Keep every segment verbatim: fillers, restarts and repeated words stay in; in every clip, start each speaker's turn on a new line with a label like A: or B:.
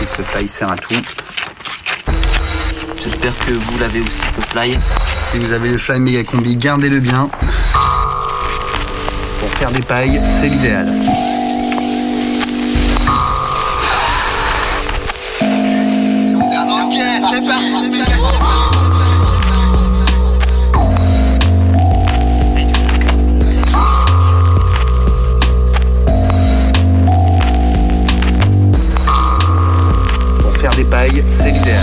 A: avec ce fly, sert à tout.
B: J'espère que vous l'avez aussi, ce fly.
A: Si vous avez le fly méga combi, gardez-le bien. Pour faire des pailles, c'est l'idéal.
C: Ok, c'est parti.
A: Pour faire des pailles, c'est l'idéal.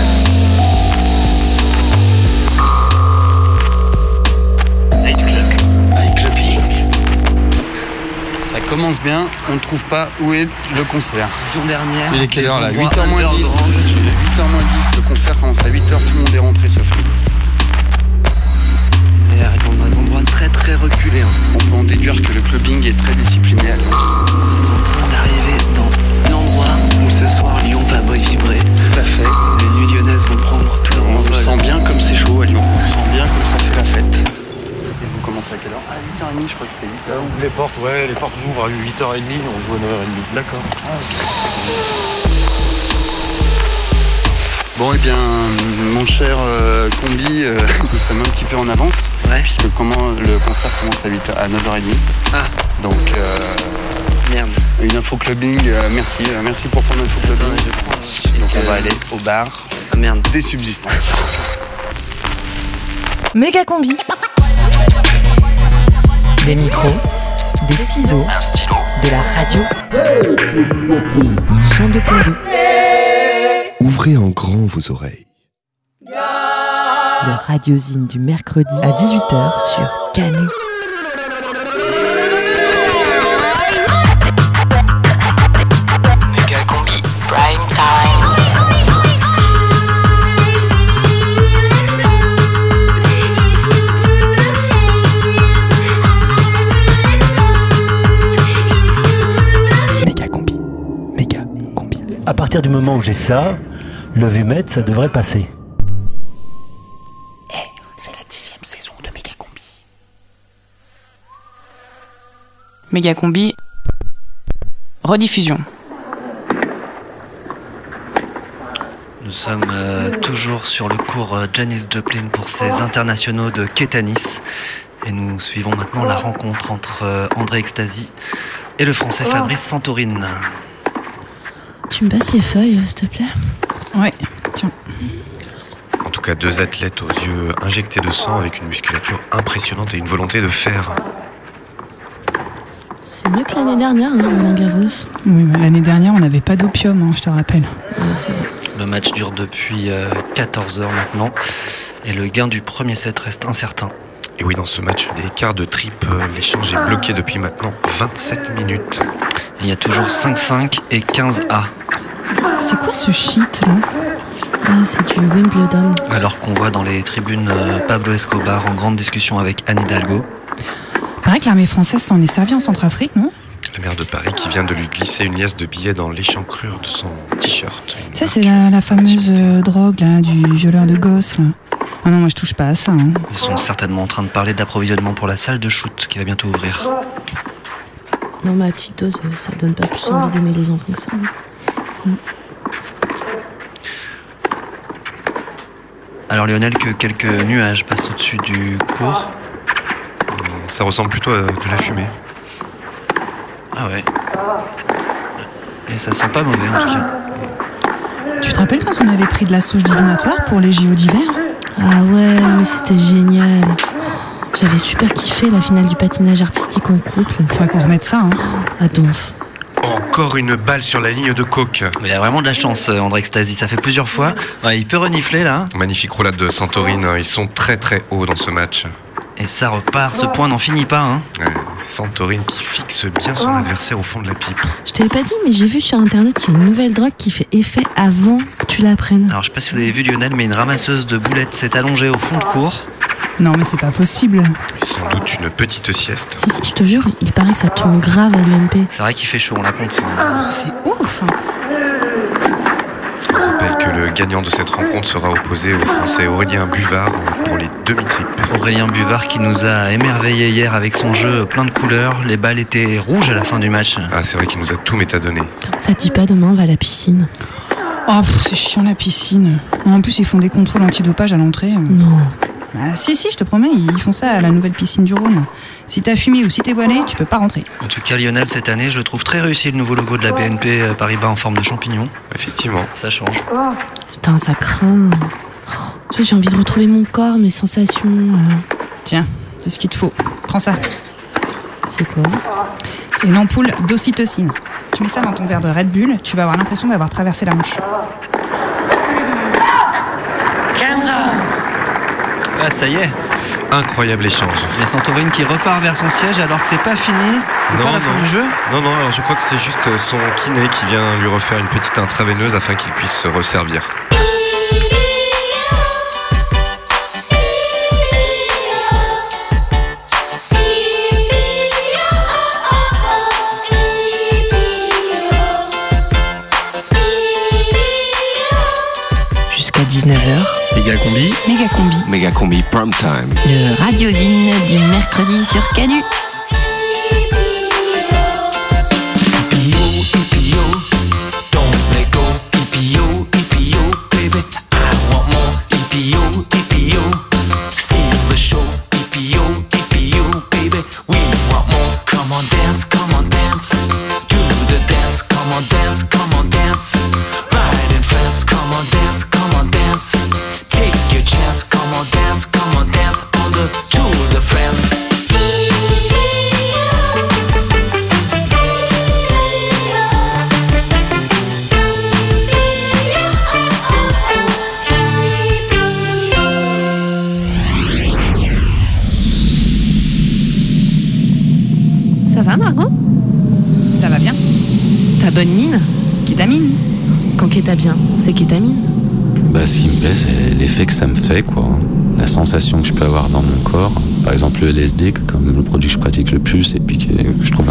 A: Ça commence bien, on ne trouve pas où est le concert.
B: Jour dernière.
A: Il est quelle heure là huit heures moins dix. huit heures moins dix, le concert commence à huit heures, tout le monde est rentré sauf nous.
B: Et arrête dans des endroits très très reculés. Hein.
A: On peut en déduire que le clubbing est très discipliné à Lyon.
B: Nous sommes en train d'arriver dans l'endroit où ce soir Lyon va vibrer.
A: Tout à fait.
B: Les nuits lyonnaises vont prendre tout leur
A: On
B: envol.
A: sent bien comme c'est chaud à Lyon. On sent bien comme ça fait la fête. Et vous commencez à quelle heure? À huit heures trente, je crois que c'était huit heures.
D: Là où les portes, ouais, les portes ouvrent à huit heures trente, on joue à neuf heures trente.
A: D'accord. Ah, okay. Bon, eh bien, mon cher euh, combi, euh, nous sommes un petit peu en avance.
B: Ouais.
A: Puisque comment, le concert commence à, huit heures, à neuf heures trente.
B: Ah.
A: Donc, euh,
B: Merde.
A: une info clubbing, euh, merci. Euh, merci pour ton info clubbing.
B: Attends, je prends,
A: Donc,
B: euh,
A: on va aller au bar
B: Ah merde.
A: des subsistances.
E: Méga combi. Des micros, des ciseaux, de la radio. cent deux point deux.
F: Ouvrez en grand vos oreilles.
E: Le radiozine du mercredi à dix-huit heures sur Canu.
G: Méga combi, prime time.
H: Méga combi. Méga combi. À partir du moment où j'ai ça, le vumètre, ça devrait passer.
G: C'est la dixième saison de Méga combi.
I: Méga combi. Rediffusion.
B: Nous sommes euh, toujours sur le cours euh, Janis Joplin pour ses internationaux de Kétanis. Et nous suivons maintenant la rencontre entre euh, André Extasy et le français Fabrice Santorine.
J: Tu me passes les feuilles, s'il te plaît?
I: Ouais, tiens.
D: En tout cas, deux athlètes aux yeux injectés de sang avec une musculature impressionnante et une volonté de faire.
J: C'est mieux que l'année dernière, hein, Roland Garros.
I: Oui, bah, l'année dernière, on n'avait pas d'opium, hein, je te rappelle.
J: Ouais, c'est vrai.
B: Le match dure depuis euh, quatorze heures maintenant. Et le gain du premier set reste incertain.
D: Et oui, dans ce match des quarts de triple, l'échange est bloqué depuis maintenant vingt-sept minutes.
B: Il y a toujours cinq cinq et quinze A.
I: C'est quoi ce shit, là?
J: Ah, c'est du Wimbledon.
B: Alors qu'on voit dans les tribunes euh, Pablo Escobar en grande discussion avec Anne Hidalgo.
I: Paraît que l'armée française s'en est servie en Centrafrique, non?
D: La maire de Paris qui vient de lui glisser une liasse de billets dans l'échancrure de son t-shirt.
I: Ça, c'est la, la fameuse euh, drogue, là, du violeur de gosses, là. Ah non, moi, je touche pas à ça, hein.
B: Ils sont certainement en train de parler d'approvisionnement pour la salle de shoot qui va bientôt ouvrir.
J: Non, ma petite dose, ça donne pas plus envie d'aimer les enfants que ça. Hein.
B: Alors Lionel, que quelques nuages passent au-dessus du cours.
D: Ça ressemble plutôt à de la fumée.
B: Ah ouais. Et ça sent pas mauvais en tout cas.
I: Tu te rappelles quand on avait pris de la sauge divinatoire pour les J O d'hiver?
J: Ah ouais, mais c'était génial. J'avais super kiffé la finale du patinage artistique en couple.
I: Faudrait qu'on remette ça, hein.
J: À donf.
D: Encore une balle sur la ligne de coke.
B: Mais il a vraiment de la chance, André Extasy. Ça fait plusieurs fois. Ouais, il peut renifler là.
D: Magnifique roulade de Santorine. Ils sont très très hauts dans ce match.
B: Et ça repart. Ce point n'en finit pas. Hein.
D: Ouais, Santorine qui fixe bien son adversaire au fond de la pipe.
J: Je t'avais pas dit, mais j'ai vu sur internet qu'il y a une nouvelle drogue qui fait effet avant que tu la prennes.
B: Alors je sais pas si vous avez vu Lionel, mais une ramasseuse de boulettes s'est allongée au fond de cours.
I: Non, mais c'est pas possible.
D: Sans doute une petite sieste.
J: Si, si, je te jure, il paraît que ça tourne grave à l'U M P.
B: C'est vrai qu'il fait chaud, on la comprend.
I: C'est ouf.
D: On rappelle que le gagnant de cette rencontre sera opposé au Français Aurélien Buvard pour les demi-triples.
B: Aurélien Buvard qui nous a émerveillés hier avec son jeu plein de couleurs. Les balles étaient rouges à la fin du match.
D: Ah, c'est vrai qu'il nous a tout métadonné.
J: Ça te dit pas demain, on va à la piscine.
I: Oh, pff, c'est chiant la piscine. En plus, ils font des contrôles antidopage à l'entrée.
J: Non.
I: Bah, si, si, je te promets, ils font ça à la nouvelle piscine du Rhône. Si t'as fumé ou si t'es voilé, tu peux pas rentrer.
B: En tout cas, Lionel, cette année, je trouve très réussi le nouveau logo de la B N P Paribas en forme de champignon.
D: Effectivement.
B: Ça change.
J: Putain, ça craint. Oh, j'ai envie de retrouver mon corps, mes sensations. Euh...
I: Tiens, c'est ce qu'il te faut. Prends ça.
J: C'est quoi?
I: C'est une ampoule d'ocytocine. Tu mets ça dans ton verre de Red Bull, tu vas avoir l'impression d'avoir traversé la Manche.
B: Ah, ça y est.
D: Incroyable échange.
B: Il y a Santorini qui repart vers son siège alors que c'est pas fini. C'est
D: Non,
B: pas la
D: non.
B: fin du jeu.
D: Non, non, alors je crois que c'est juste son kiné qui vient lui refaire une petite intraveineuse afin qu'il puisse se resservir.
J: Jusqu'à dix-neuf heures.
B: Méga combi.
I: Méga combi.
F: Méga combi prime time.
J: Le radiosine du mercredi sur Canu. Ça va, Margot?
I: Ça va bien?
J: T'as bonne mine?
I: Kétamine?
J: Quand qu'est-ta bien, c'est kétamine.
C: Bah, ce qui me plaît, c'est l'effet que ça me fait, quoi. La sensation que je peux avoir dans mon corps. Par exemple, le L S D, comme le produit que je pratique le plus, et puis que je trouve un,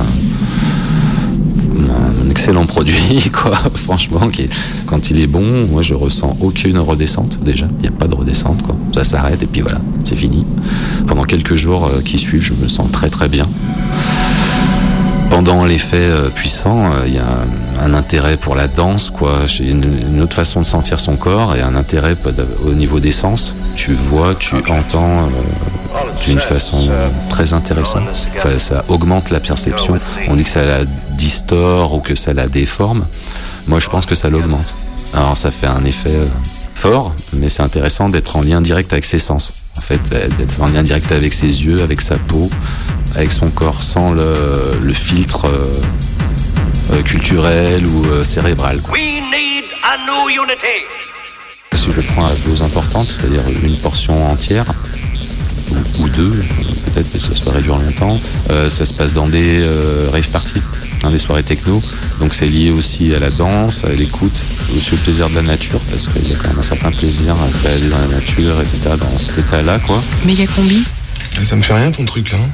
C: un excellent produit, quoi. Franchement, qui est, quand il est bon, moi, je ressens aucune redescente, déjà. Il n'y a pas de redescente, quoi. Ça s'arrête, et puis voilà, c'est fini. Pendant quelques jours euh, qui suivent, je me sens très, très bien. Pendant l'effet euh, puissant, il euh, y a un, un intérêt pour la danse, quoi. J'ai une, une autre façon de sentir son corps et un intérêt au niveau des sens. Tu vois, tu entends euh, d'une façon très intéressante. Enfin, ça augmente la perception. On dit que ça la distord ou que ça la déforme. Moi, je pense que ça l'augmente. Alors, ça fait un effet euh, fort, mais c'est intéressant d'être en lien direct avec ses sens. En fait, d'être en lien direct avec ses yeux, avec sa peau, avec son corps, sans le, le filtre euh, euh, culturel ou euh, cérébral.
K: We need a new unity.
C: Si je prends la dose importante, c'est-à-dire une portion entière, ou, ou deux, peut-être que ça soirée dure longtemps, euh, ça se passe dans des euh, rave parties, hein, des soirées techno. Donc c'est lié aussi à la danse, à l'écoute, aussi au plaisir de la nature, parce qu'il y a quand même un certain plaisir à se balader dans la nature, et cetera, dans cet état-là, quoi.
I: Méga combi.
L: Ça me fait rien ton truc là.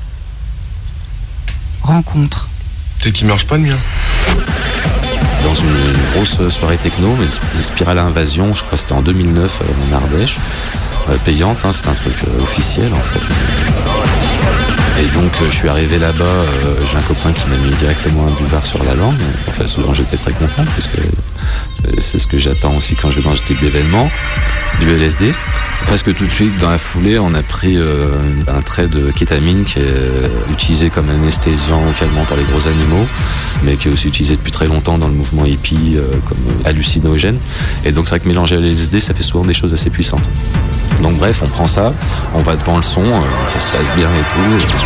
I: Rencontre.
L: Peut-être qu'il marche pas le mien.
C: Dans une grosse soirée techno, les Spirales Invasion, je crois que c'était en deux mille neuf en Ardèche, euh, payante, hein, c'était un truc euh, officiel en fait. Et donc euh, je suis arrivé là-bas, euh, j'ai un copain qui m'a mis directement un buvard sur la langue, enfin ce dont j'étais très content parce que euh, c'est ce que j'attends aussi quand je vais dans ce type d'événement, du L S D. Presque tout de suite, dans la foulée, on a pris euh, un trait de kétamine qui est euh, utilisé comme anesthésiant localement par les gros animaux, mais qui est aussi utilisé depuis très longtemps dans le mouvement hippie euh, comme hallucinogène. Et donc c'est vrai que mélanger à l'L S D, ça fait souvent des choses assez puissantes. Donc bref, on prend ça, on va devant le son, euh, ça se passe bien et tout. Et...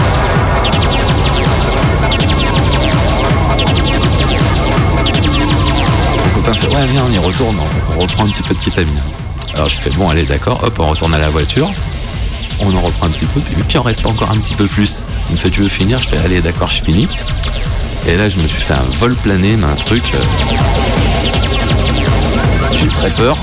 C: Mon copain fait « Ouais, viens, on y retourne, on reprend un petit peu de kétamine. » Alors je fais bon allez d'accord, hop on retourne à la voiture, on en reprend un petit peu, puis on reste encore un petit peu plus. Il me fait tu veux finir, je fais allez d'accord je finis. Et là je me suis fait un vol plané, mais un truc. Euh... J'ai eu très peur.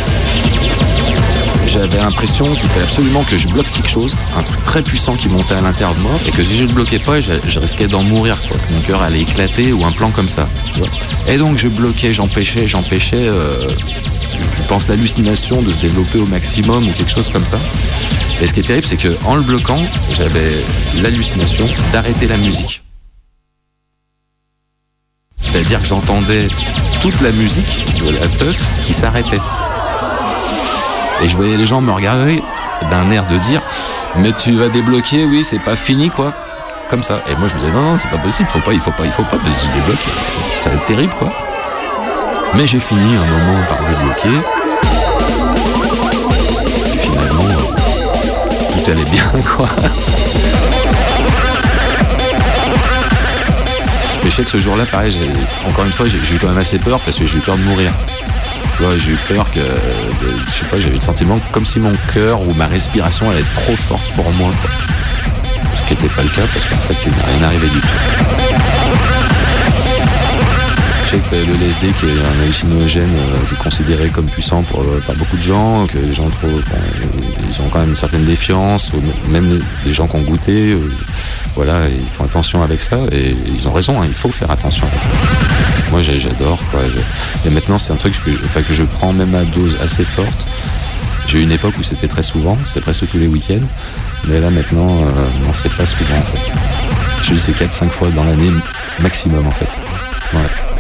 C: J'avais l'impression qu'il fallait absolument que je bloque quelque chose, un truc très puissant qui montait à l'intérieur de moi, et que si je ne le bloquais pas, je, je risquais d'en mourir, quoi. Mon cœur allait éclater ou un plan comme ça. Tu vois. Et donc je bloquais, j'empêchais, j'empêchais. Euh... Je pense l'hallucination de se développer au maximum ou quelque chose comme ça. Et ce qui est terrible, c'est qu'en le bloquant, j'avais l'hallucination d'arrêter la musique. C'est-à-dire que j'entendais toute la musique de la teuf qui s'arrêtait. Et je voyais les gens me regarder d'un air de dire mais tu vas débloquer, oui, c'est pas fini quoi. Comme ça. Et moi je me disais non, non, c'est pas possible, faut pas, il faut pas, il faut pas, mais si je débloque, ça va être terrible quoi. Mais j'ai fini un moment par débloquer. Et finalement, tout allait bien quoi. Mais je sais que ce jour-là, pareil, j'ai, encore une fois, j'ai, j'ai eu quand même assez peur parce que j'ai eu peur de mourir. Tu vois, j'ai eu peur que, de, je sais pas, j'avais le sentiment comme si mon cœur ou ma respiration allait être trop forte pour moi, quoi. Ce qui n'était pas le cas parce qu'en fait, il n'est rien arrivé du tout. Je sais que le L S D, qui est un hallucinogène euh, qui est considéré comme puissant pour, euh, par beaucoup de gens, que les gens trouvent, bon, ils ont quand même une certaine défiance, même les, les gens qui ont goûté, euh, voilà, ils font attention avec ça et ils ont raison, hein, il faut faire attention à ça. Moi j'adore quoi. Je... Et maintenant c'est un truc que je, enfin, que je prends même à dose assez forte. J'ai eu une époque où c'était très souvent, c'était presque tous les week-ends, mais là maintenant euh, non, c'est pas souvent en fait. Je sais quatre cinq fois dans l'année maximum en fait. Ouais.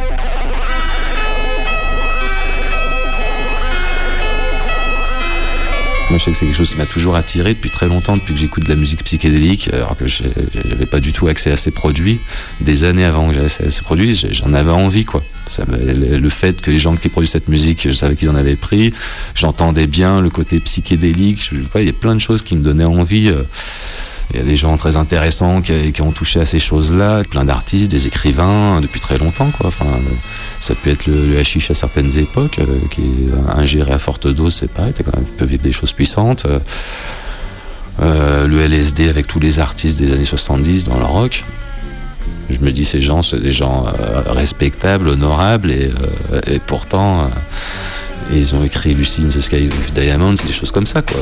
C: Moi, je sais que c'est quelque chose qui m'a toujours attiré depuis très longtemps, depuis que j'écoute de la musique psychédélique, alors que je n'avais pas du tout accès à ces produits. Des années avant que j'avais accès à ces produits, j'en avais envie, quoi. Ça, le fait que les gens qui produisent cette musique, je savais qu'ils en avaient pris, j'entendais bien le côté psychédélique. Je, il y a plein de choses qui me donnaient envie. Il y a des gens très intéressants qui, qui ont touché à ces choses-là, plein d'artistes, des écrivains, depuis très longtemps, quoi. Enfin, ça peut être le, le hashish à certaines époques, euh, qui est ingéré à forte dose, c'est pareil, tu peux vivre des choses puissantes. Euh, le L S D avec tous les artistes des années soixante-dix dans le rock. Je me dis, ces gens, c'est des gens euh, respectables, honorables, et, euh, et pourtant, euh, ils ont écrit Lucy in the Sky with Diamonds, des choses comme ça, quoi.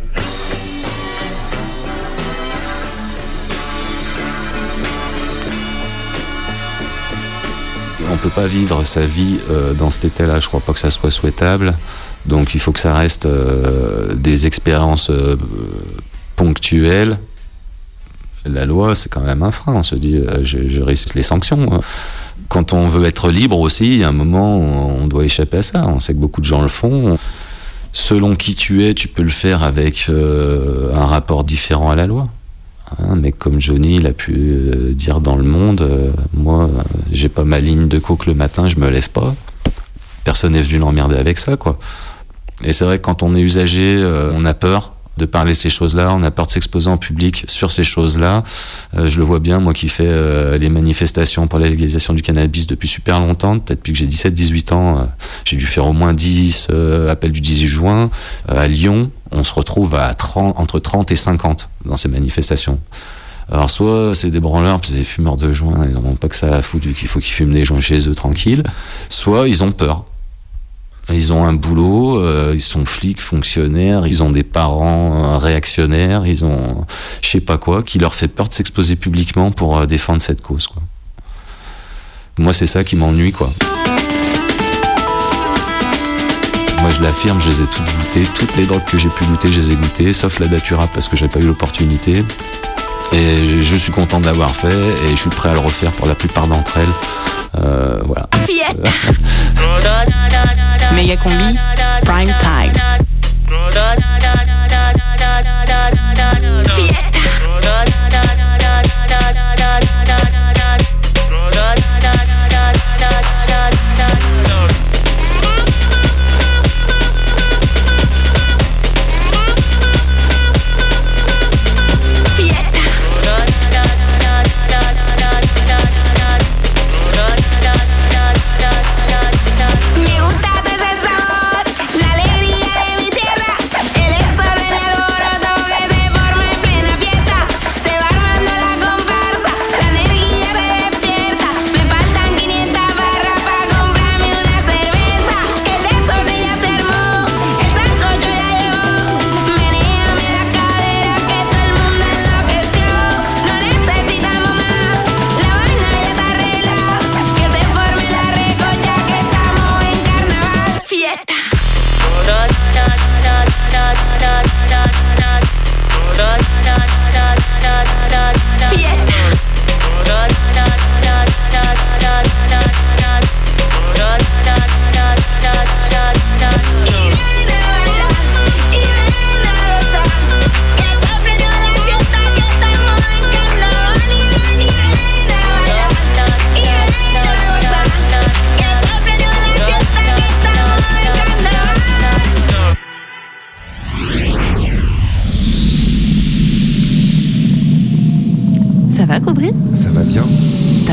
C: On peut pas vivre sa vie euh, dans cet état-là, je crois pas que ça soit souhaitable. Donc il faut que ça reste euh, des expériences euh, ponctuelles. La loi, c'est quand même un frein. On se dit, euh, je, je risque les sanctions. Quand on veut être libre aussi, il y a un moment où on doit échapper à ça. On sait que beaucoup de gens le font. Selon qui tu es, tu peux le faire avec euh, un rapport différent à la loi. Un mec comme Johnny, il a pu euh, dire dans le monde, euh, moi, euh, j'ai pas ma ligne de coke le matin, je me lève pas. Personne n'est venu l'emmerder avec ça, quoi. Et c'est vrai que quand on est usagé, euh, on a peur de parler ces choses-là, on a peur de s'exposer en public sur ces choses-là. Euh, je le vois bien, moi qui fais euh, les manifestations pour la légalisation du cannabis depuis super longtemps, peut-être depuis que j'ai dix-sept dix-huit ans, euh, j'ai dû faire au moins dix euh, appels du dix-huit juin. Euh, à Lyon, on se retrouve à trente, entre trente et cinquante dans ces manifestations. Alors soit c'est des branleurs, puis c'est des fumeurs de joints, ils n'ont pas que ça à foutre vu qu'il faut qu'ils fument des joints chez eux tranquilles, soit ils ont peur. Ils ont un boulot, euh, ils sont flics, fonctionnaires, ils ont des parents euh, réactionnaires, ils ont je sais pas quoi, qui leur fait peur de s'exposer publiquement pour euh, défendre cette cause, quoi. Moi, c'est ça qui m'ennuie, quoi. Moi, je l'affirme, je les ai toutes goûtées, toutes les drogues que j'ai pu goûter, je les ai goûtées, sauf la datura parce que j'ai pas eu l'opportunité. Et je suis content de l'avoir fait et je suis prêt à le refaire pour la plupart d'entre elles. Euh, voilà.
E: Méga combi, prime time.
M: La alegría de mi tierra, el estar en el alboroto que se forma en plena fiesta.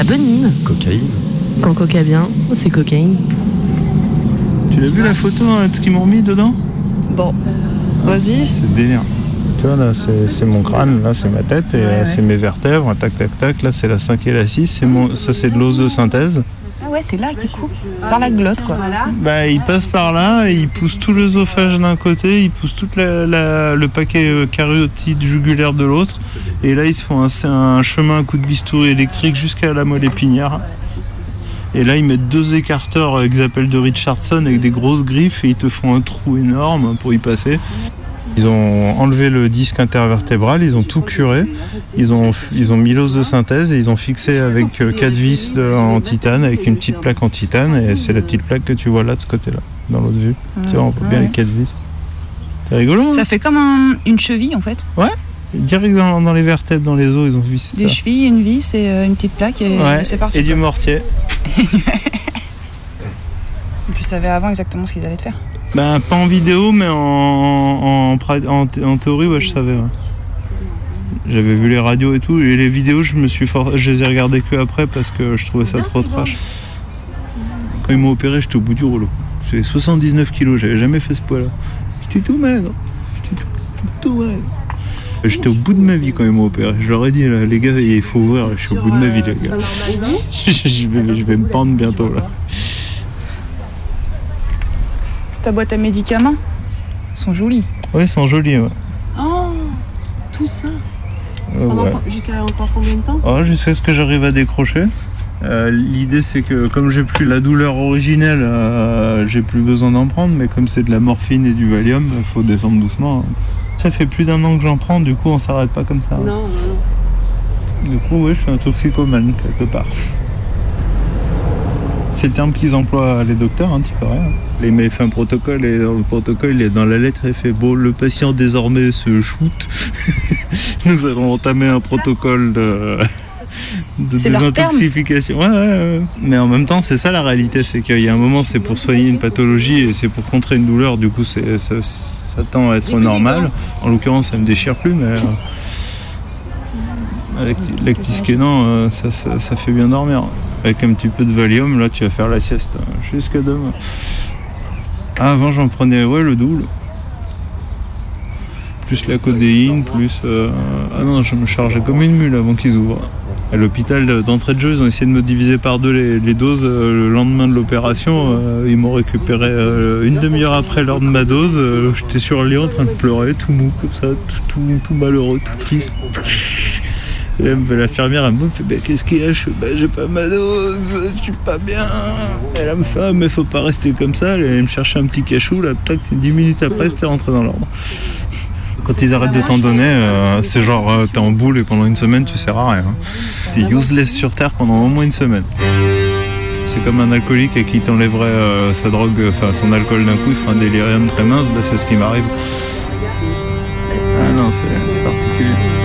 J: bonne mine.
C: Cocaïne.
J: Quand coca bien, c'est cocaïne.
M: Tu l'as vu la photo hein, de ce qu'ils m'ont mis dedans?
I: Bon, vas-y.
M: C'est délire. Tu vois là, c'est, c'est mon crâne, là c'est ma tête, et ouais, euh, ouais. c'est mes vertèbres, tac tac tac, là c'est la cinq et la six, c'est mon, ça c'est de l'os de synthèse.
I: Ah ouais, c'est là qu'il coupe, par la glotte quoi.
M: Bah il passe par là, et il pousse tout l'œsophage d'un côté, il pousse tout la, la, le paquet caryotide jugulaire de l'autre, et là ils se font un, un chemin à coup de bistouri électrique jusqu'à la moelle épinière. Et là ils mettent deux écarteurs qu'ils appellent de Richardson avec des grosses griffes, et ils te font un trou énorme pour y passer. Ils ont enlevé le disque intervertébral, ils ont tout curé, ils ont, ils ont mis l'os de synthèse et ils ont fixé avec quatre vis de, en titane, avec une petite plaque en titane, et c'est la petite plaque que tu vois là de ce côté-là, dans l'autre vue. Mmh, tu vois, on voit bien ouais. les quatre vis. C'est rigolo. Hein.
I: Ça fait comme un, une cheville en fait.
M: Ouais, direct dans, dans les vertèbres, dans les os, ils ont vissé ça.
I: Des chevilles, une vis et une petite plaque et
M: ouais,
I: c'est parti.
M: Et quoi. Du mortier.
I: Tu savais avant exactement ce qu'ils allaient te faire?
M: Ben, pas en vidéo, mais en, en, en, en théorie, ouais, je savais. Ouais. J'avais vu les radios et tout, et les vidéos, je me suis for... je les ai regardées que après parce que je trouvais ça trop trash. Quand ils m'ont opéré, j'étais au bout du rouleau. J'avais soixante-dix-neuf kilos, j'avais jamais fait ce poids-là. J'étais tout maigre. J'étais tout, tout, tout maigre. J'étais au bout de ma vie quand ils m'ont opéré. Je leur ai dit, là, les gars, il faut ouvrir, je suis au bout de ma vie, les gars. je, vais, je vais me pendre bientôt, là.
I: Ta boîte à médicaments, ils sont jolis.
M: Oui, ils sont jolis, ouais.
N: Oh, tout ça
M: euh, ouais.
N: Jusqu'à encore combien de temps?
M: Oh, jusqu'à ce que j'arrive à décrocher. Euh, l'idée, c'est que comme j'ai plus la douleur originelle, euh, j'ai plus besoin d'en prendre, mais comme c'est de la morphine et du Valium, il faut descendre doucement. Ça fait plus d'un an que j'en prends, du coup, on s'arrête pas comme ça.
N: Non, non, non.
M: Du coup, oui, je suis un toxicomane, quelque part. C'est le terme qu'ils emploient les docteurs, hein, tu peux rien. Il m'a fait un protocole et dans le protocole, dans la lettre, il fait bon, le patient désormais se shoot. Nous allons entamer un protocole de, de désintoxification. Ouais, ouais, ouais. Mais en même temps, c'est ça la réalité, c'est qu'il y a un moment, c'est pour soigner une pathologie et c'est pour contrer une douleur. Du coup, c'est, ça, ça tend à être normal. En l'occurrence, ça me déchire plus, mais euh, avec l'actisquénan, ça, ça, ça fait bien dormir. Avec un petit peu de Valium, là, tu vas faire la sieste jusqu'à demain. Ah, avant, j'en prenais ouais, le double. Plus la codéine, plus... Euh... Ah non, je me chargeais comme une mule avant qu'ils ouvrent. À l'hôpital d'entrée de jeu, ils ont essayé de me diviser par deux les, les doses. Le lendemain de l'opération, euh, ils m'ont récupéré euh, une demi-heure après l'heure de ma dose. Euh, j'étais sur le lit en train de pleurer, tout mou comme ça, tout, tout, tout malheureux, tout triste. Et l'infirmière, elle me fait bah, qu'est-ce qu'il y a? Je fais bah, j'ai pas ma dose, je suis pas bien. Elle me fait ah, mais faut pas rester comme ça. Elle allait me chercher un petit cachou, là, tac, dix minutes après, c'était rentré dans l'ordre. Quand ils arrêtent de t'en donner, euh, c'est genre euh, t'es en boule et pendant une semaine tu sers à rien. T'es useless sur terre pendant au moins une semaine. C'est comme un alcoolique à qui t'enlèverait euh, sa drogue, enfin son alcool d'un coup, il fera un délirium très mince, bah, c'est ce qui m'arrive. Ah non, c'est, c'est particulier.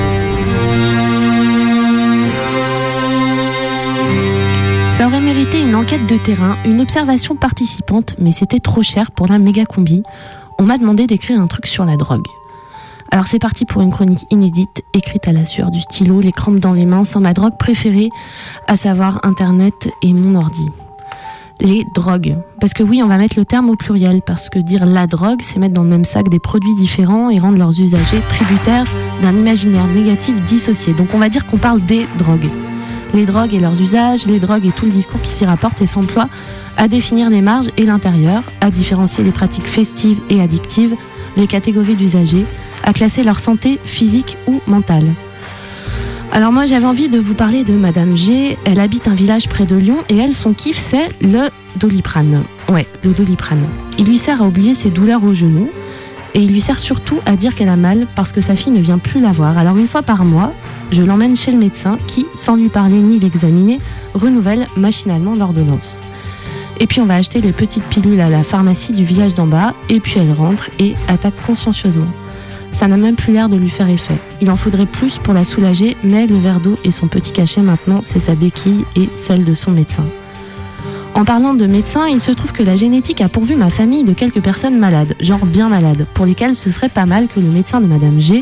J: Ça aurait mérité une enquête de terrain, une observation participante, mais c'était trop cher pour la méga combi. On m'a demandé d'écrire un truc sur la drogue. Alors c'est parti pour une chronique inédite, écrite à la sueur du stylo, les crampes dans les mains, sans ma drogue préférée, à savoir Internet et mon ordi. Les drogues. Parce que oui, on va mettre le terme au pluriel, parce que dire la drogue, c'est mettre dans le même sac des produits différents et rendre leurs usagers tributaires d'un imaginaire négatif dissocié. Donc on va dire qu'on parle des drogues. Les drogues et leurs usages, les drogues et tout le discours qui s'y rapporte et s'emploie à définir les marges et l'intérieur, à différencier les pratiques festives et addictives, les catégories d'usagers, à classer leur santé physique ou mentale. Alors moi j'avais envie de vous parler de Madame G, elle habite un village près de Lyon et elle, son kiff c'est le Doliprane. Ouais, le Doliprane. Il lui sert à oublier ses douleurs au genou et il lui sert surtout à dire qu'elle a mal parce que sa fille ne vient plus la voir. Alors une fois par mois, je l'emmène chez le médecin qui, sans lui parler ni l'examiner, renouvelle machinalement l'ordonnance. Et puis on va acheter les petites pilules à la pharmacie du village d'en bas, et puis elle rentre et attaque consciencieusement. Ça n'a même plus l'air de lui faire effet. Il en faudrait plus pour la soulager, mais le verre d'eau et son petit cachet maintenant, c'est sa béquille et celle de son médecin. En parlant de médecin, il se trouve que la génétique a pourvu ma famille de quelques personnes malades, genre bien malades, pour lesquelles ce serait pas mal que le médecin de Madame G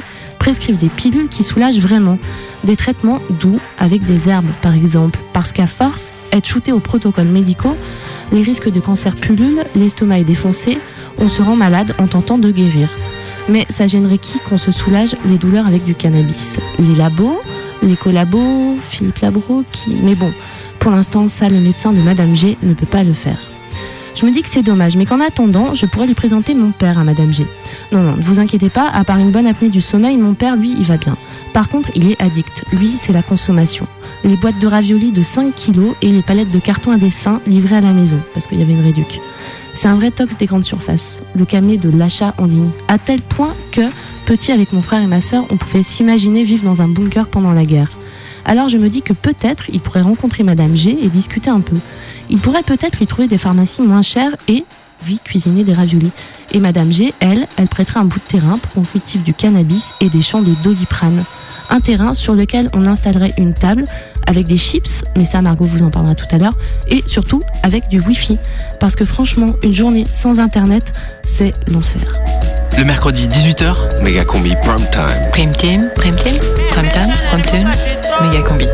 J: prescrivent des pilules qui soulagent vraiment, des traitements doux avec des herbes par exemple, parce qu'à force, être shooté aux protocoles médicaux, les risques de cancer pullulent, l'estomac est défoncé, on se rend malade en tentant de guérir. Mais ça gênerait qui qu'on se soulage les douleurs avec du cannabis ? Les labos, les collabos, Philippe Labro, qui... Mais bon, pour l'instant, ça, le médecin de Madame G ne peut pas le faire. Je me dis que c'est dommage, mais qu'en attendant, je pourrais lui présenter mon père à Madame G. Non, non, ne vous inquiétez pas, à part une bonne apnée du sommeil, mon père, lui, il va bien. Par contre, il est addict. Lui, c'est la consommation. Les boîtes de raviolis de cinq kilos et les palettes de carton à dessin livrées à la maison, parce qu'il y avait une réduc. C'est un vrai tox des grandes surfaces, le camé de l'achat en ligne. À tel point que, petit avec mon frère et ma sœur, on pouvait s'imaginer vivre dans un bunker pendant la guerre. Alors je me dis que peut-être il pourrait rencontrer Madame G et discuter un peu. Il pourrait peut-être lui trouver des pharmacies moins chères et, lui, cuisiner des raviolis. Et Madame G, elle, elle prêterait un bout de terrain pour qu'on cultive du cannabis et des champs de doliprane. Un terrain sur lequel on installerait une table avec des chips, mais ça Margot vous en parlera tout à l'heure, et surtout avec du wifi. Parce que franchement, une journée sans internet, c'est l'enfer.
O: Le mercredi dix-huit heures, Méga Combi Prime Time.
E: Prime Time, Prime Time, Prime Time, Prime Time, Méga Combi.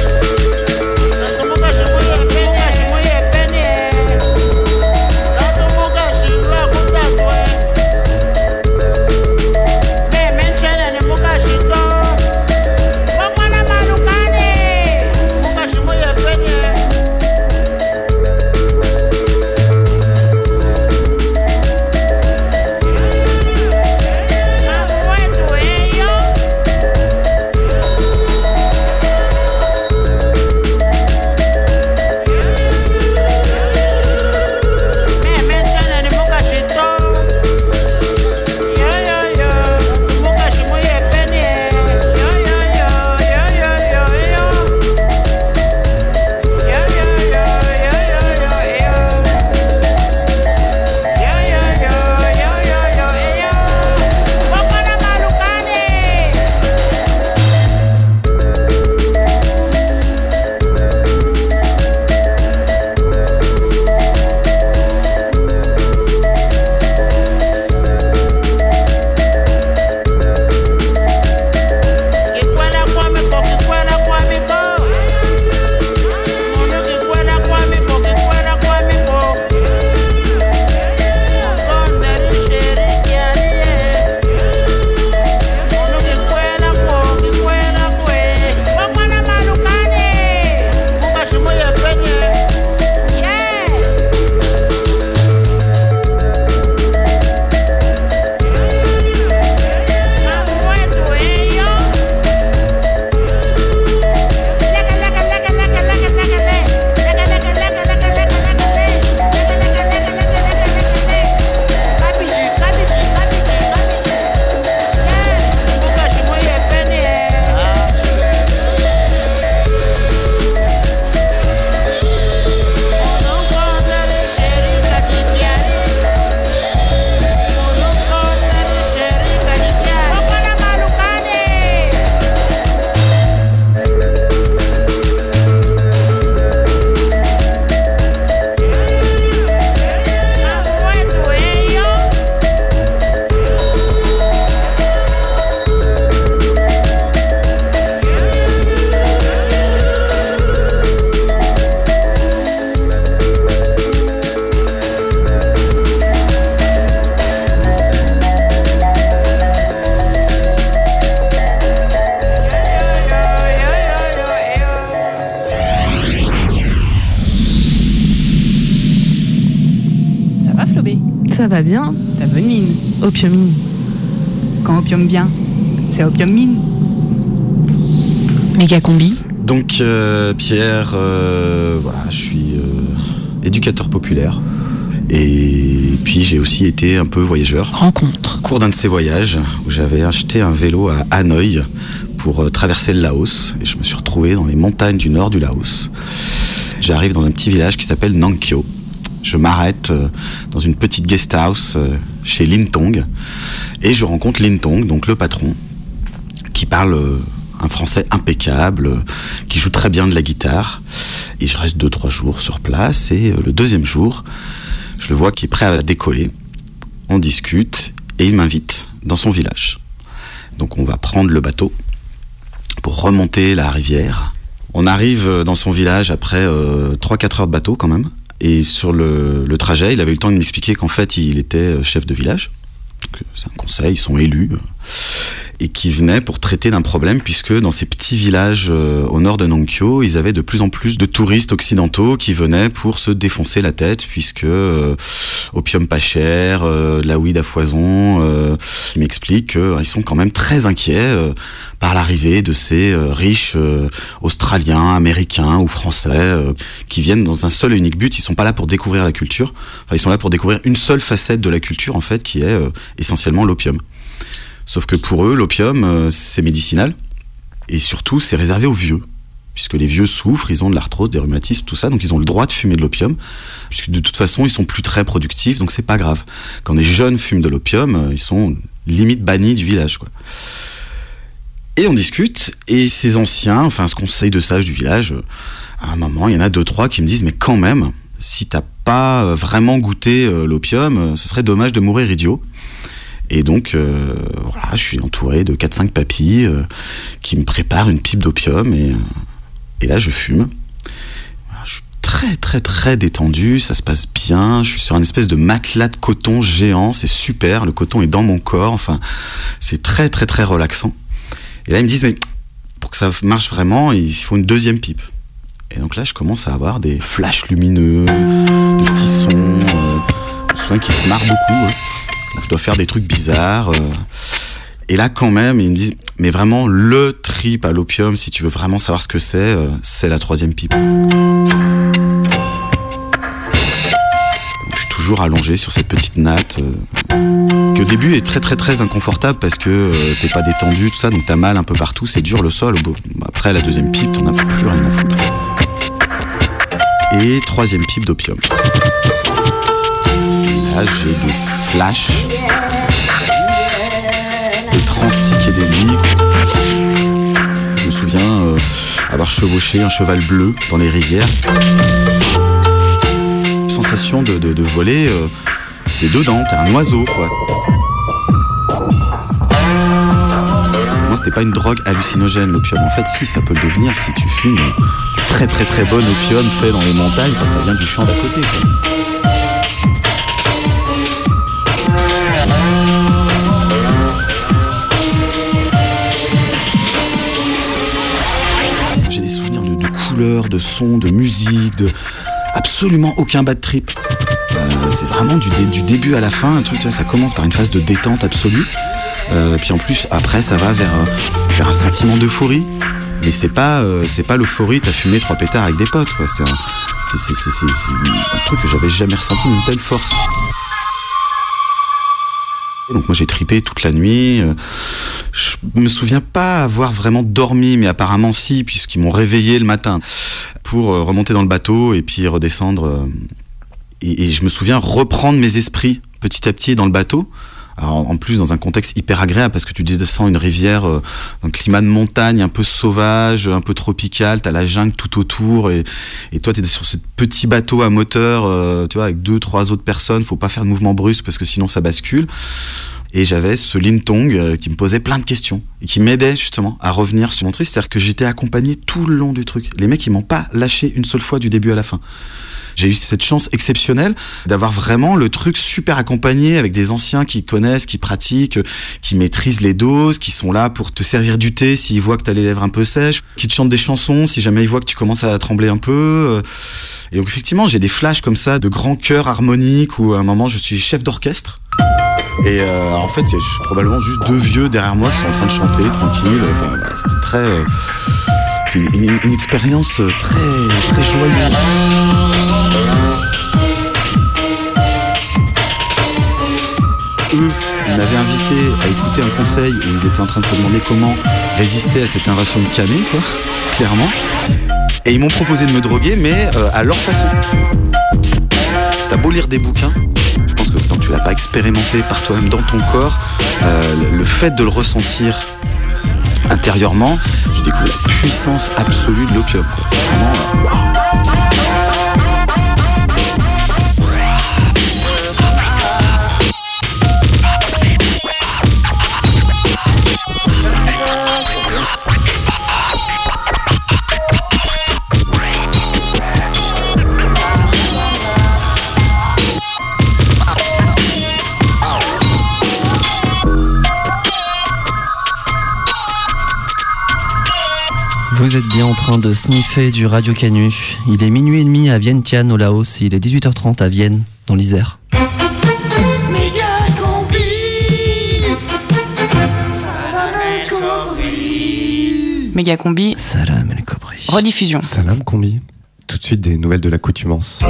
J: Ça va bien.
I: Ta bonne mine.
J: Opium mine.
I: Quand opium bien, c'est opium mine.
E: Méga Combi.
C: Donc euh, Pierre, euh, voilà, je suis euh, éducateur populaire. Et puis j'ai aussi été un peu voyageur.
E: Rencontre.
C: Au cours d'un de ces voyages où j'avais acheté un vélo à Hanoï pour euh, traverser le Laos. Et je me suis retrouvé dans les montagnes du nord du Laos. J'arrive dans un petit village qui s'appelle Nang Kyo. Je m'arrête euh, dans une petite guest house euh, chez Lin Tong. Et je rencontre Lin Tong, donc le patron, qui parle euh, un français impeccable, euh, qui joue très bien de la guitare. Et je reste deux, trois jours sur place. Et euh, le deuxième jour, je le vois qui est prêt à décoller. On discute et il m'invite dans son village. Donc on va prendre le bateau pour remonter la rivière. On arrive dans son village après euh, trois à quatre heures de bateau quand même. Et sur le, le trajet, il avait eu le temps de m'expliquer qu'en fait, il était chef de village. Donc, c'est un conseil, ils sont élus. Et qui venait pour traiter d'un problème, puisque dans ces petits villages euh, au nord de Nongkyo, ils avaient de plus en plus de touristes occidentaux qui venaient pour se défoncer la tête, puisque euh, opium pas cher, euh, de la weed à foison. Euh, ils m'expliquent qu'ils euh, sont quand même très inquiets euh, par l'arrivée de ces euh, riches euh, Australiens, Américains ou Français euh, qui viennent dans un seul et unique but. Ils sont pas là pour découvrir la culture. Enfin, ils sont là pour découvrir une seule facette de la culture, en fait, qui est euh, essentiellement l'opium. Sauf que pour eux, l'opium, euh, c'est médicinal. Et surtout, c'est réservé aux vieux. Puisque les vieux souffrent, ils ont de l'arthrose, des rhumatismes, tout ça. Donc ils ont le droit de fumer de l'opium. Puisque de toute façon, ils sont plus très productifs, donc c'est pas grave. Quand des jeunes fument de l'opium, euh, ils sont limite bannis du village, quoi. Et on discute, et ces anciens, enfin ce conseil de sages du village, euh, à un moment, il y en a deux, trois qui me disent « Mais quand même, si t'as pas vraiment goûté euh, l'opium, euh, ce serait dommage de mourir idiot. » Et donc, euh, voilà, je suis entouré de quatre cinq papis euh, qui me préparent une pipe d'opium et, euh, et là, je fume. Voilà, je suis très, très, très détendu, ça se passe bien. Je suis sur une espèce de matelas de coton géant, c'est super, le coton est dans mon corps, enfin, c'est très, très, très relaxant. Et là, ils me disent, mais pour que ça marche vraiment, il faut une deuxième pipe. Et donc là, je commence à avoir des flashs lumineux, de petits sons, euh, je me souviens qu'ils se marrent beaucoup, eux. Je dois faire des trucs bizarres. Euh. Et là, quand même, ils me disent, mais vraiment, le trip à l'opium, si tu veux vraiment savoir ce que c'est, euh, c'est la troisième pipe. Donc, je suis toujours allongé sur cette petite natte, euh, qui au début est très très très inconfortable parce que euh, t'es pas détendu, tout ça, donc t'as mal un peu partout, c'est dur le sol. Après la deuxième pipe, t'en as plus rien à foutre. Et troisième pipe d'opium. Là, j'ai des flashs de trans psychédélique. Je me souviens euh, avoir chevauché un cheval bleu dans les rizières. Sensation de, de, de voler, euh, t'es dedans, t'es un oiseau, quoi. Moi, c'était pas une drogue hallucinogène, l'opium. En fait, si, ça peut le devenir si tu fumes du très très très bon opium fait dans les montagnes. Enfin, ça vient du champ d'à côté, quoi. De sons, de musique, de absolument aucun bad trip. Euh, c'est vraiment du, dé- du début à la fin, un truc, tu vois, ça commence par une phase de détente absolue. Euh, puis en plus, après, ça va vers, euh, vers un sentiment d'euphorie. Mais c'est pas, euh, c'est pas l'euphorie, t'as fumé trois pétards avec des potes, quoi. C'est un, c'est, c'est, c'est, c'est, c'est un truc que j'avais jamais ressenti d'une telle force. Donc moi j'ai tripé toute la nuit. Je me souviens pas avoir vraiment dormi, mais apparemment si, puisqu'ils m'ont réveillé le matin pour remonter dans le bateau et puis redescendre. Et, et je me souviens reprendre mes esprits petit à petit dans le bateau. Alors, en plus dans un contexte hyper agréable parce que tu descends une rivière, euh, un climat de montagne un peu sauvage, un peu tropical, t'as la jungle tout autour et, et toi t'es sur ce petit bateau à moteur, euh, tu vois, avec deux, trois autres personnes, faut pas faire de mouvement brusque parce que sinon ça bascule. Et j'avais ce Lintong euh, qui me posait plein de questions et qui m'aidait justement à revenir sur mon trip, c'est-à-dire que j'étais accompagné tout le long du truc. Les mecs ils m'ont pas lâché une seule fois du début à la fin. J'ai eu cette chance exceptionnelle d'avoir vraiment le truc super accompagné avec des anciens qui connaissent, qui pratiquent, qui maîtrisent les doses, qui sont là pour te servir du thé s'ils voient que t'as les lèvres un peu sèches, qui te chantent des chansons si jamais ils voient que tu commences à trembler un peu. Et donc effectivement, j'ai des flashs comme ça de grands chœurs harmoniques où à un moment je suis chef d'orchestre. Et euh, en fait, il y a probablement juste deux vieux derrière moi qui sont en train de chanter tranquille. Enfin, voilà, c'était très... Euh, c'est une, une expérience très, très joyeuse. Eux, ils m'avaient invité à écouter un conseil où ils étaient en train de se demander comment résister à cette invasion de camé, quoi, clairement. Et ils m'ont proposé de me droguer, mais euh, à leur façon. T'as beau lire des bouquins, je pense que tant que tu l'as pas expérimenté par toi-même dans ton corps, euh, le fait de le ressentir intérieurement, tu découvres la puissance absolue de l'opium, quoi. C'est vraiment euh, waouh.
B: Vous êtes bien en train de sniffer du Radio Canu. Il est minuit et demi à Vientiane au Laos et il est dix-huit heures trente à Vienne, dans l'Isère.
I: Méga Combi.
B: Salam El Kobri.
I: Rediffusion.
D: Salam Combi. Tout de suite des nouvelles de l'accoutumance.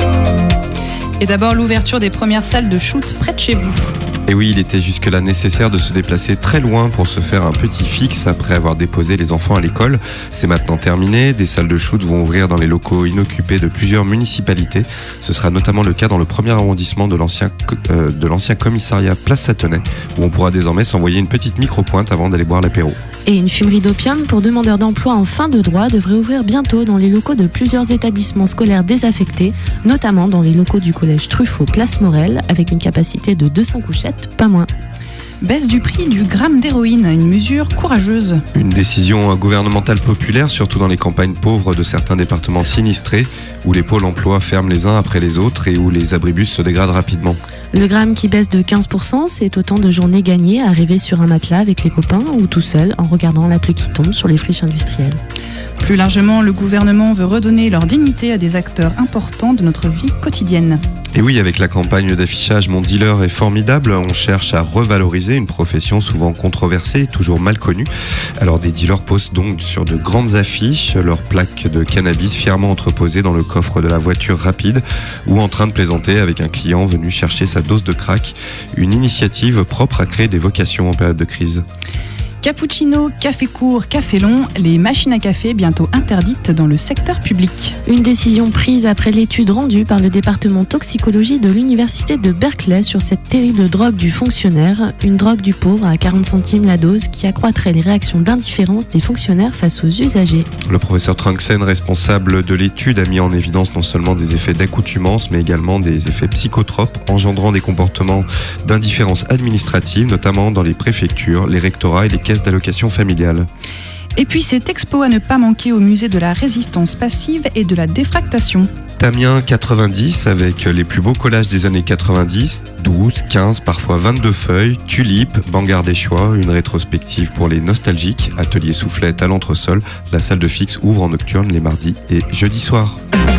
I: Et d'abord l'ouverture des premières salles de shoot près de chez vous.
D: Et oui, il était jusque-là nécessaire de se déplacer très loin pour se faire un petit fixe après avoir déposé les enfants à l'école. C'est maintenant terminé. Des salles de shoot vont ouvrir dans les locaux inoccupés de plusieurs municipalités. Ce sera notamment le cas dans le premier arrondissement de l'ancien, euh, de l'ancien commissariat Place Satonnet, où on pourra désormais s'envoyer une petite micro-pointe avant d'aller boire l'apéro.
J: Et une fumerie d'opium pour demandeurs d'emploi en fin de droit devrait ouvrir bientôt dans les locaux de plusieurs établissements scolaires désaffectés, notamment dans les locaux du collège Truffaut Place Morel, avec une capacité de deux cents couchettes, pas moins.
I: Baisse du prix du gramme d'héroïne, une mesure courageuse.
D: Une décision gouvernementale populaire, surtout dans les campagnes pauvres de certains départements sinistrés, où les pôles emploi ferment les uns après les autres et où les abribus se dégradent rapidement.
J: Le gramme qui baisse de quinze pour cent, c'est autant de journées gagnées à rêver sur un matelas avec les copains ou tout seul en regardant la pluie qui tombe sur les friches industrielles.
I: Plus largement, le gouvernement veut redonner leur dignité à des acteurs importants de notre vie quotidienne.
D: Et oui, avec la campagne d'affichage Mon dealer est formidable, on cherche à revaloriser une profession souvent controversée, toujours mal connue. Alors des dealers posent donc sur de grandes affiches leurs plaques de cannabis fièrement entreposées dans le coffre de la voiture rapide ou en train de plaisanter avec un client venu chercher sa dose de crack. Une initiative propre à créer des vocations en période de crise.
I: Cappuccino, café court, café long, les machines à café bientôt interdites dans le secteur public.
J: Une décision prise après l'étude rendue par le département toxicologie de l'université de Berkeley sur cette terrible drogue du fonctionnaire, une drogue du pauvre à quarante centimes la dose qui accroîtrait les réactions d'indifférence des fonctionnaires face aux usagers.
D: Le professeur Trunksen, responsable de l'étude, a mis en évidence non seulement des effets d'accoutumance, mais également des effets psychotropes engendrant des comportements d'indifférence administrative, notamment dans les préfectures, les rectorats et les caisses d'allocation familiale.
I: Et puis cette expo à ne pas manquer au musée de la résistance passive et de la défractation.
D: Tamien quatre-vingt-dix avec les plus beaux collages des années quatre-vingt-dix, douze, quinze, parfois vingt-deux feuilles, tulipes, Bangard des choix, une rétrospective pour les nostalgiques, atelier soufflette à l'entresol. La salle de fixe ouvre en nocturne les mardis et jeudis soirs.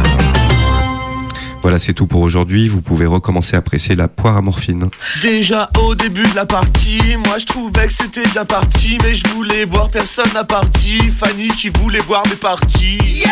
D: Voilà, c'est tout pour aujourd'hui. Vous pouvez recommencer à presser la poire à morphine.
P: Déjà au début de la partie, moi je trouvais que c'était de la partie, mais je voulais voir personne à partie. Fanny qui voulait voir mes parties. Yeah,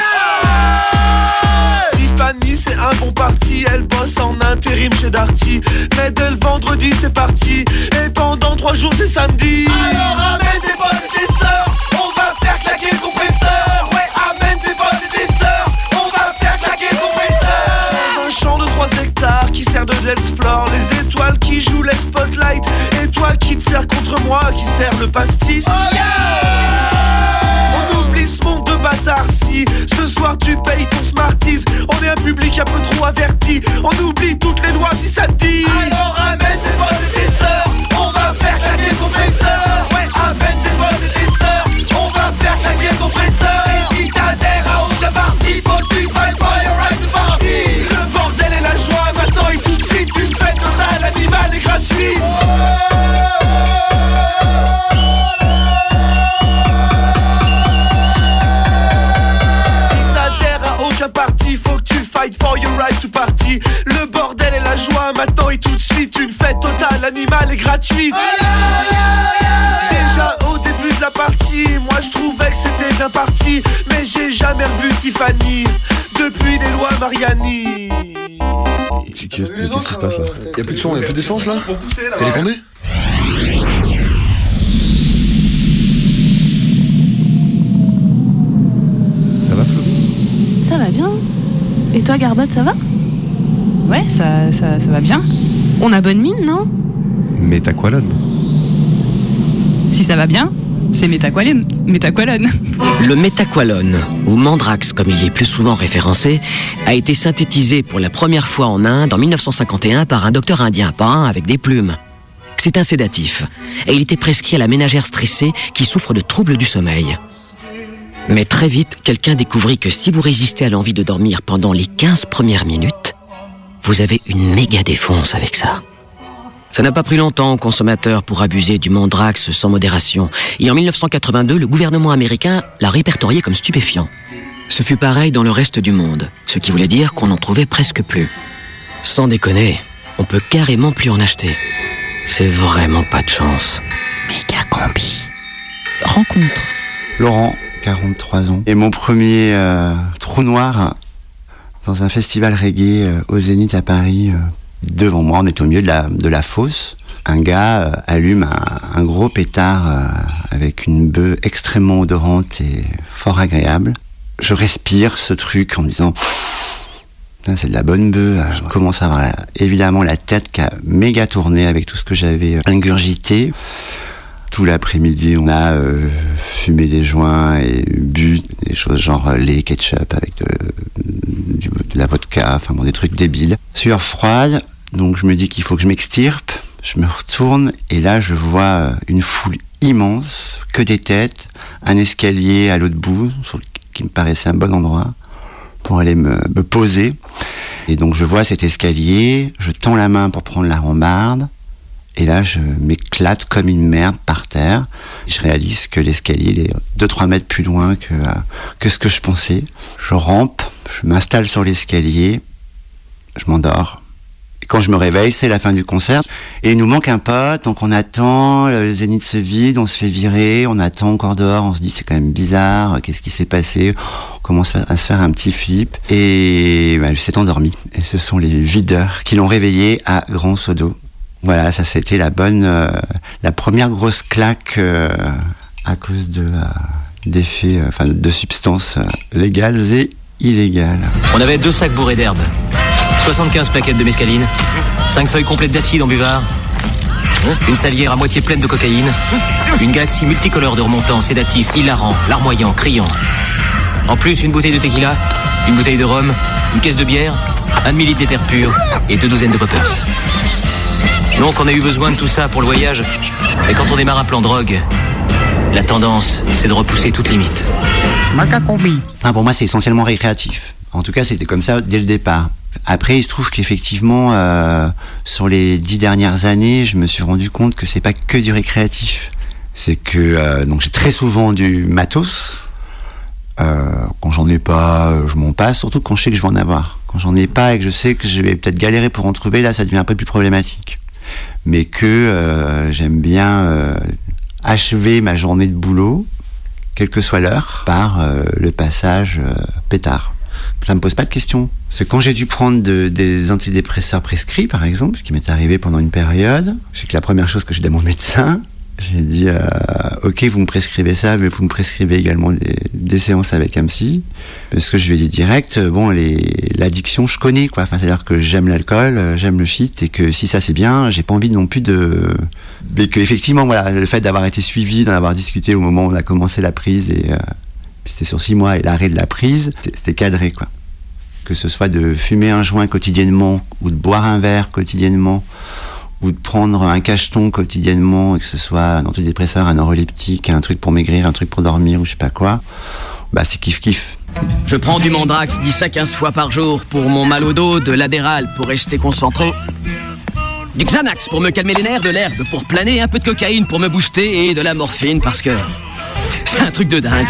P: Tiffany c'est un bon parti, elle bosse en intérim chez Darty. Mais dès le vendredi c'est parti, et pendant trois jours c'est samedi. Alors amène tes potes et tes sœurs, on va faire claquer le compresseur. Ouais, amène tes potes et tes sœurs, on va faire claquer le compresseur. Un champ de trois hectares qui sert de dance floor, les étoiles qui jouent les spotlights, et toi qui te sers contre moi, qui sert le pastis. Oh yeah, on oublie ce monde de bâtards si ce soir tu payes ton Smarties. On est un public un peu trop averti, on oublie toutes les lois si ça te dit. Alors amène tes potes et tes sœurs, on va faire claquer le compresseur. Ouais, amène tes potes et tes sœurs, on va faire claquer le compresseur. Et si t'adhères à haute la partie, faut que tu fight for your right to party. Le bordel et la joie maintenant et tout de suite, une fête totale, animale et gratuite. Party, faut que tu fight for your right to party. Le bordel et la joie maintenant et tout de suite, une fête totale, animale et gratuite. Oh yeah, yeah, yeah. Déjà au début de la partie, moi je trouvais que c'était bien parti, mais j'ai jamais revu Tiffany depuis les lois Mariani.
L: Qu'est-ce qui se passe là?
F: Y'a plus de son, y'a plus d'essence là? Elle est condée?
D: Ça va Flo?
J: Ça va bien. Et toi Garbotte, ça va?
I: Ouais, ça, ça, ça va bien.
J: On a bonne mine, non?
D: Métaqualone.
I: Si ça va bien, c'est métaqualone. Métaqualone.
Q: Le métaqualone, ou mandrax comme il est plus souvent référencé, a été synthétisé pour la première fois en Inde en mille neuf cent cinquante et un par un docteur indien, pas un avec des plumes. C'est un sédatif, et il était prescrit à la ménagère stressée qui souffre de troubles du sommeil. Mais très vite, quelqu'un découvrit que si vous résistez à l'envie de dormir pendant les quinze premières minutes, vous avez une méga défonce avec ça. Ça n'a pas pris longtemps aux consommateurs pour abuser du Mandrax sans modération. Et en mille neuf cent quatre-vingt-deux, le gouvernement américain l'a répertorié comme stupéfiant. Ce fut pareil dans le reste du monde, ce qui voulait dire qu'on n'en trouvait presque plus. Sans déconner, on peut carrément plus en acheter. C'est vraiment pas de chance.
G: Méga combi.
J: Rencontre.
R: Laurent, quarante-trois ans. Et mon premier euh, trou noir dans un festival reggae euh, au Zénith à Paris. Euh, devant moi, on est au milieu de la, de la fosse. Un gars euh, allume un, un gros pétard euh, avec une bœuf extrêmement odorante et fort agréable. Je respire ce truc en me disant... C'est de la bonne bœuf. Je commence à avoir la, évidemment la tête qui a méga tourné avec tout ce que j'avais ingurgité. Tout l'après-midi, on a euh, fumé des joints et bu des choses genre lait, ketchup avec de, du, de la vodka, enfin bon, des trucs débiles. Sueur froide, donc je me dis qu'il faut que je m'extirpe. Je me retourne et là je vois une foule immense, que des têtes, un escalier à l'autre bout, sur, qui me paraissait un bon endroit pour aller me, me poser. Et donc je vois cet escalier, je tends la main pour prendre la rambarde, et là je m'éclate comme une merde par terre. Je réalise que l'escalier il est deux trois mètres plus loin que, euh, que ce que je pensais. Je rampe, je m'installe sur l'escalier, je m'endors. Et quand je me réveille, c'est la fin du concert. Et il nous manque un pote, donc on attend, le Zénith se vide, on se fait virer, on attend encore dehors, on se dit c'est quand même bizarre, qu'est-ce qui s'est passé ? On commence à se faire un petit flip, et bah, elle s'est endormie. Et ce sont les videurs qui l'ont réveillée à grand seau d'eau. Voilà, ça c'était la bonne, euh, la première grosse claque euh, à cause de euh, d'effets, enfin euh, de substances euh, légales et illégales.
S: On avait deux sacs bourrés d'herbes, soixante-quinze plaquettes de mescaline, cinq feuilles complètes d'acide en buvard, une salière à moitié pleine de cocaïne, une galaxie multicolore de remontants, sédatifs, hilarants, larmoyants, criants. En plus, une bouteille de tequila, une bouteille de rhum, une caisse de bière, un demi-litre d'éther pur et deux douzaines de poppers. Donc on a eu besoin de tout ça pour le voyage. Et quand on démarre un plan drogue, la tendance, c'est de repousser toute limite.
R: Macacombi. Ah, pour moi, c'est essentiellement récréatif. En tout cas, c'était comme ça dès le départ. Après, il se trouve qu'effectivement, euh, sur les dix dernières années, je me suis rendu compte que c'est pas que du récréatif. C'est que euh, donc j'ai très souvent du matos. Euh, quand j'en ai pas, je m'en passe. Surtout quand je sais que je vais en avoir. Quand j'en ai pas et que je sais que je vais peut-être galérer pour en trouver, là, ça devient un peu plus problématique. Mais que euh, j'aime bien euh, achever ma journée de boulot, quelle que soit l'heure, par euh, le passage euh, pétard. Ça me pose pas de questions. C'est quand j'ai dû prendre de, des antidépresseurs prescrits, par exemple, ce qui m'est arrivé pendant une période. Je sais que la première chose que j'ai dit à mon médecin, j'ai dit euh, ok, vous me prescrivez ça, mais vous me prescrivez également des, des séances avec un psy. Parce que je lui ai dit direct, bon, les, l'addiction, je connais, quoi. Enfin, c'est-à-dire que j'aime l'alcool, j'aime le shit, et que si ça c'est bien, j'ai pas envie non plus de. Mais que effectivement, voilà, le fait d'avoir été suivi, d'en avoir discuté au moment où on a commencé la prise, et euh, c'était sur six mois, et l'arrêt de la prise, c'était cadré, quoi. Que ce soit de fumer un joint quotidiennement, ou de boire un verre quotidiennement, ou de prendre un cacheton quotidiennement, et que ce soit un antidépresseur, un neuroleptique, un truc pour maigrir, un truc pour dormir, ou je sais pas quoi, bah c'est kiff-kiff.
Q: Je prends du Mandrax dix à quinze fois par jour pour mon mal au dos, de l'Adderall pour rester concentré, du Xanax pour me calmer les nerfs, de l'herbe pour planer, un peu de cocaïne pour me booster et de la morphine parce que c'est un truc de dingue.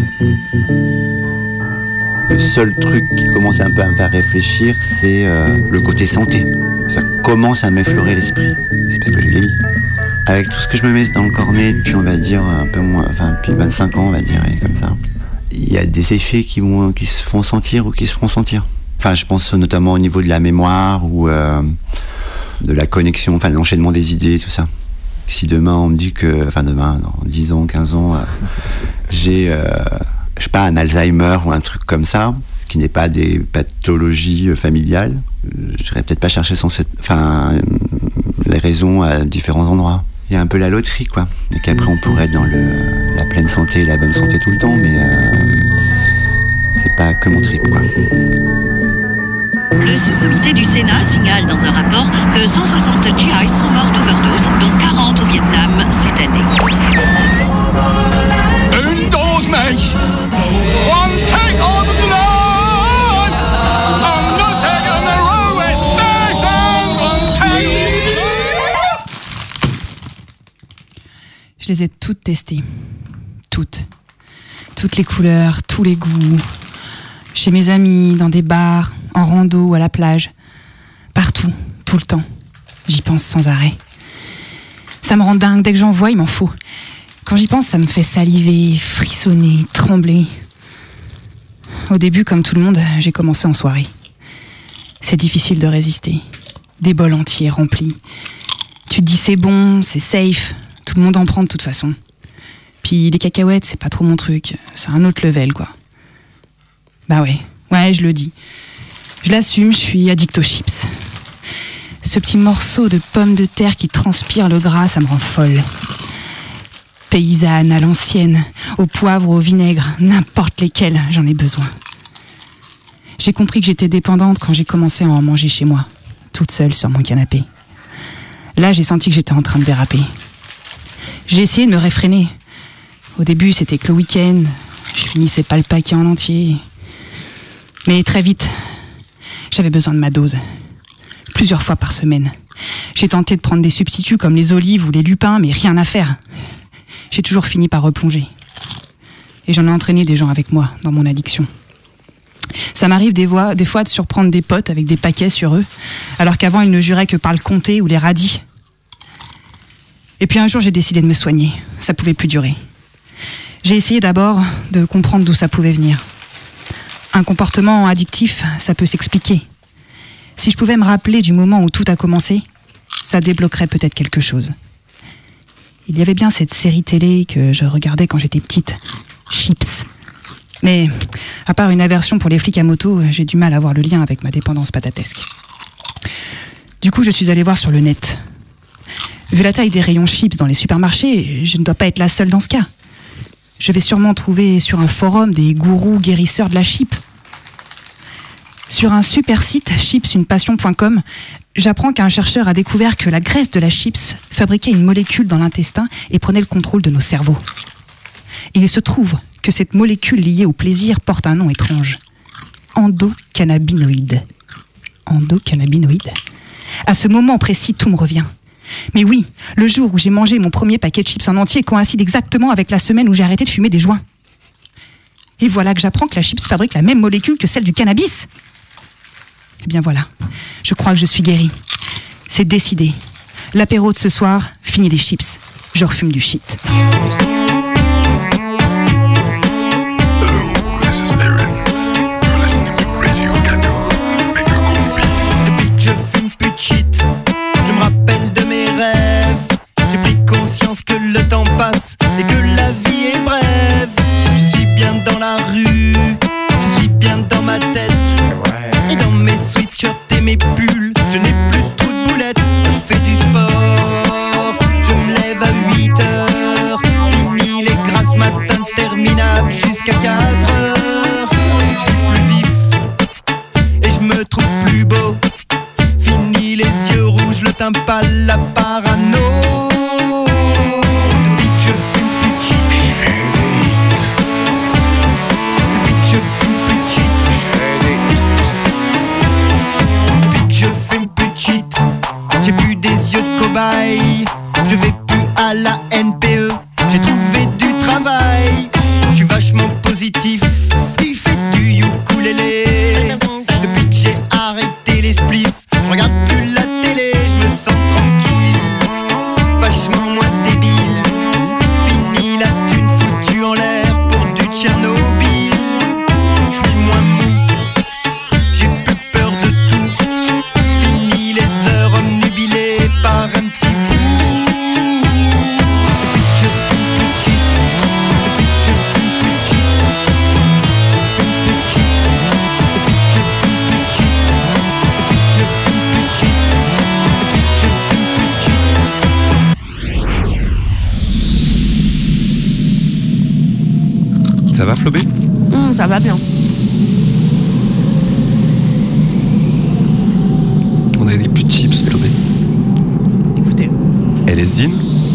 R: Le seul truc qui commence un peu à me faire réfléchir, c'est euh, le côté santé. Ça commence à m'effleurer l'esprit. C'est parce que j'ai vieilli. Avec tout ce que je me mets dans le cornet depuis, on va dire, un peu moins, enfin, depuis vingt-cinq ans, on va dire, et comme ça. Il y a des effets qui, vont, qui se font sentir ou qui se feront sentir. Enfin, je pense notamment au niveau de la mémoire ou euh, de la connexion, enfin, de l'enchaînement des idées, tout ça. Si demain, on me dit que, enfin, demain, dans dix ans, quinze ans, euh, j'ai... Euh, je sais pas, un Alzheimer ou un truc comme ça, ce qui n'est pas des pathologies familiales, je n'irais peut-être pas chercher sans cette, enfin, les raisons à différents endroits. Il y a un peu la loterie, quoi. Et qu'après, on pourrait être dans le, la pleine santé et la bonne santé tout le temps, mais euh, c'est pas que mon trip, quoi.
T: Le sous-comité du Sénat signale dans un rapport que cent soixante G I sont morts d'overdose, dont quarante au Vietnam cette année.
P: Une dose, mate! One take on the blood! I'm not taking the railway station! One take!
I: les ai toutes testées. Toutes. Toutes les couleurs, tous les goûts. Chez mes amis, dans des bars, en rando, à la plage. Partout, tout le temps. J'y pense sans arrêt. Ça me rend dingue. Dès que j'en vois, il m'en faut. Quand j'y pense, ça me fait saliver, frissonner, trembler. Au début, comme tout le monde, j'ai commencé en soirée. C'est difficile de résister. Des bols entiers remplis. Tu te dis c'est bon, c'est safe. Tout le monde en prend de toute façon. Puis les cacahuètes, c'est pas trop mon truc. C'est un autre level, quoi. Bah ouais, ouais, je le dis. Je l'assume, je suis addict aux chips. Ce petit morceau de pomme de terre qui transpire le gras, ça me rend folle. Paysanne, à l'ancienne, au poivre, au vinaigre, n'importe lesquels, j'en ai besoin. J'ai compris que j'étais dépendante quand j'ai commencé à en manger chez moi, toute seule sur mon canapé. Là, j'ai senti que j'étais en train de déraper. J'ai essayé de me réfréner. Au début, c'était que le week-end, je finissais pas le paquet en entier. Mais très vite, j'avais besoin de ma dose. Plusieurs fois par semaine. J'ai tenté de prendre des substituts comme les olives ou les lupins, mais rien à faire. J'ai toujours fini par replonger. Et j'en ai entraîné des gens avec moi dans mon addiction. Ça m'arrive des, voix, des fois de surprendre des potes avec des paquets sur eux, alors qu'avant ils ne juraient que par le comté ou les radis. Et puis un jour j'ai décidé de me soigner. Ça pouvait plus durer. J'ai essayé d'abord de comprendre d'où ça pouvait venir. Un comportement addictif, ça peut s'expliquer. Si je pouvais me rappeler du moment où tout a commencé, ça débloquerait peut-être quelque chose. Il y avait bien cette série télé que je regardais quand j'étais petite, Chips. Mais à part une aversion pour les flics à moto, j'ai du mal à voir le lien avec ma dépendance patatesque. Du coup, je suis allée voir sur le net. Vu la taille des rayons chips dans les supermarchés, je ne dois pas être la seule dans ce cas. Je vais sûrement trouver sur un forum des gourous guérisseurs de la chip. Sur un super site, chips une passion point com, j'apprends qu'un chercheur a découvert que la graisse de la chips fabriquait une molécule dans l'intestin et prenait le contrôle de nos cerveaux. Il se trouve que cette molécule liée au plaisir porte un nom étrange. Endocannabinoïde. Endocannabinoïde. À ce moment précis, tout me revient. Mais oui, le jour où j'ai mangé mon premier paquet de chips en entier coïncide exactement avec la semaine où j'ai arrêté de fumer des joints. Et voilà que j'apprends que la chips fabrique la même molécule que celle du cannabis. Eh bien voilà, je crois que je suis guérie. C'est décidé. L'apéro de ce soir, fini les chips. Je refume du shit.
U: Depuis que je fume plus de shit, je me rappelle de mes rêves. J'ai pris conscience que le temps passe et que la vie est brève. Je suis bien dans la rue, je suis bien dans ma tête. Et dans mes sweatshirts et mes pulls, je n'ai plus trop de boulettes. Je fais du sport, je me lève à huit heures. Fini les grasses matins interminables jusqu'à quatre heures. Je suis plus vif et je me trouve plus beau. Fini les yeux rouges, le teint pâle, la parano. Depuis que je fume plus de shit, depuis que je fume plus de shit, depuis que je fume plus de shit, j'ai plus des yeux de cobaye. Je vais plus à la N P E, j'ai trouvé du travail. Je suis vachement positif, il fait du ukulélé. Depuis que j'ai arrêté les spliffs, je regarde plus la télé, je me sens tranquille, vachement moins débile. Fini la thune foutue en l'air pour du Tchernobyl. Je suis moins mou, j'ai plus peur de tout. Fini les heures omnubilées par un petit bout. Depuis que je fume plus de shit, depuis que je fume plus de shit, fume plus de shit, depuis que je fume plus de shit, depuis que je fume plus de shit, depuis que je fume plus de shit.
D: Ça va, Flobé ?
J: Mmh, ça va bien.
D: On a des plus de chips, Flobé.
H: Écoutez.
D: Elle est Zdine ?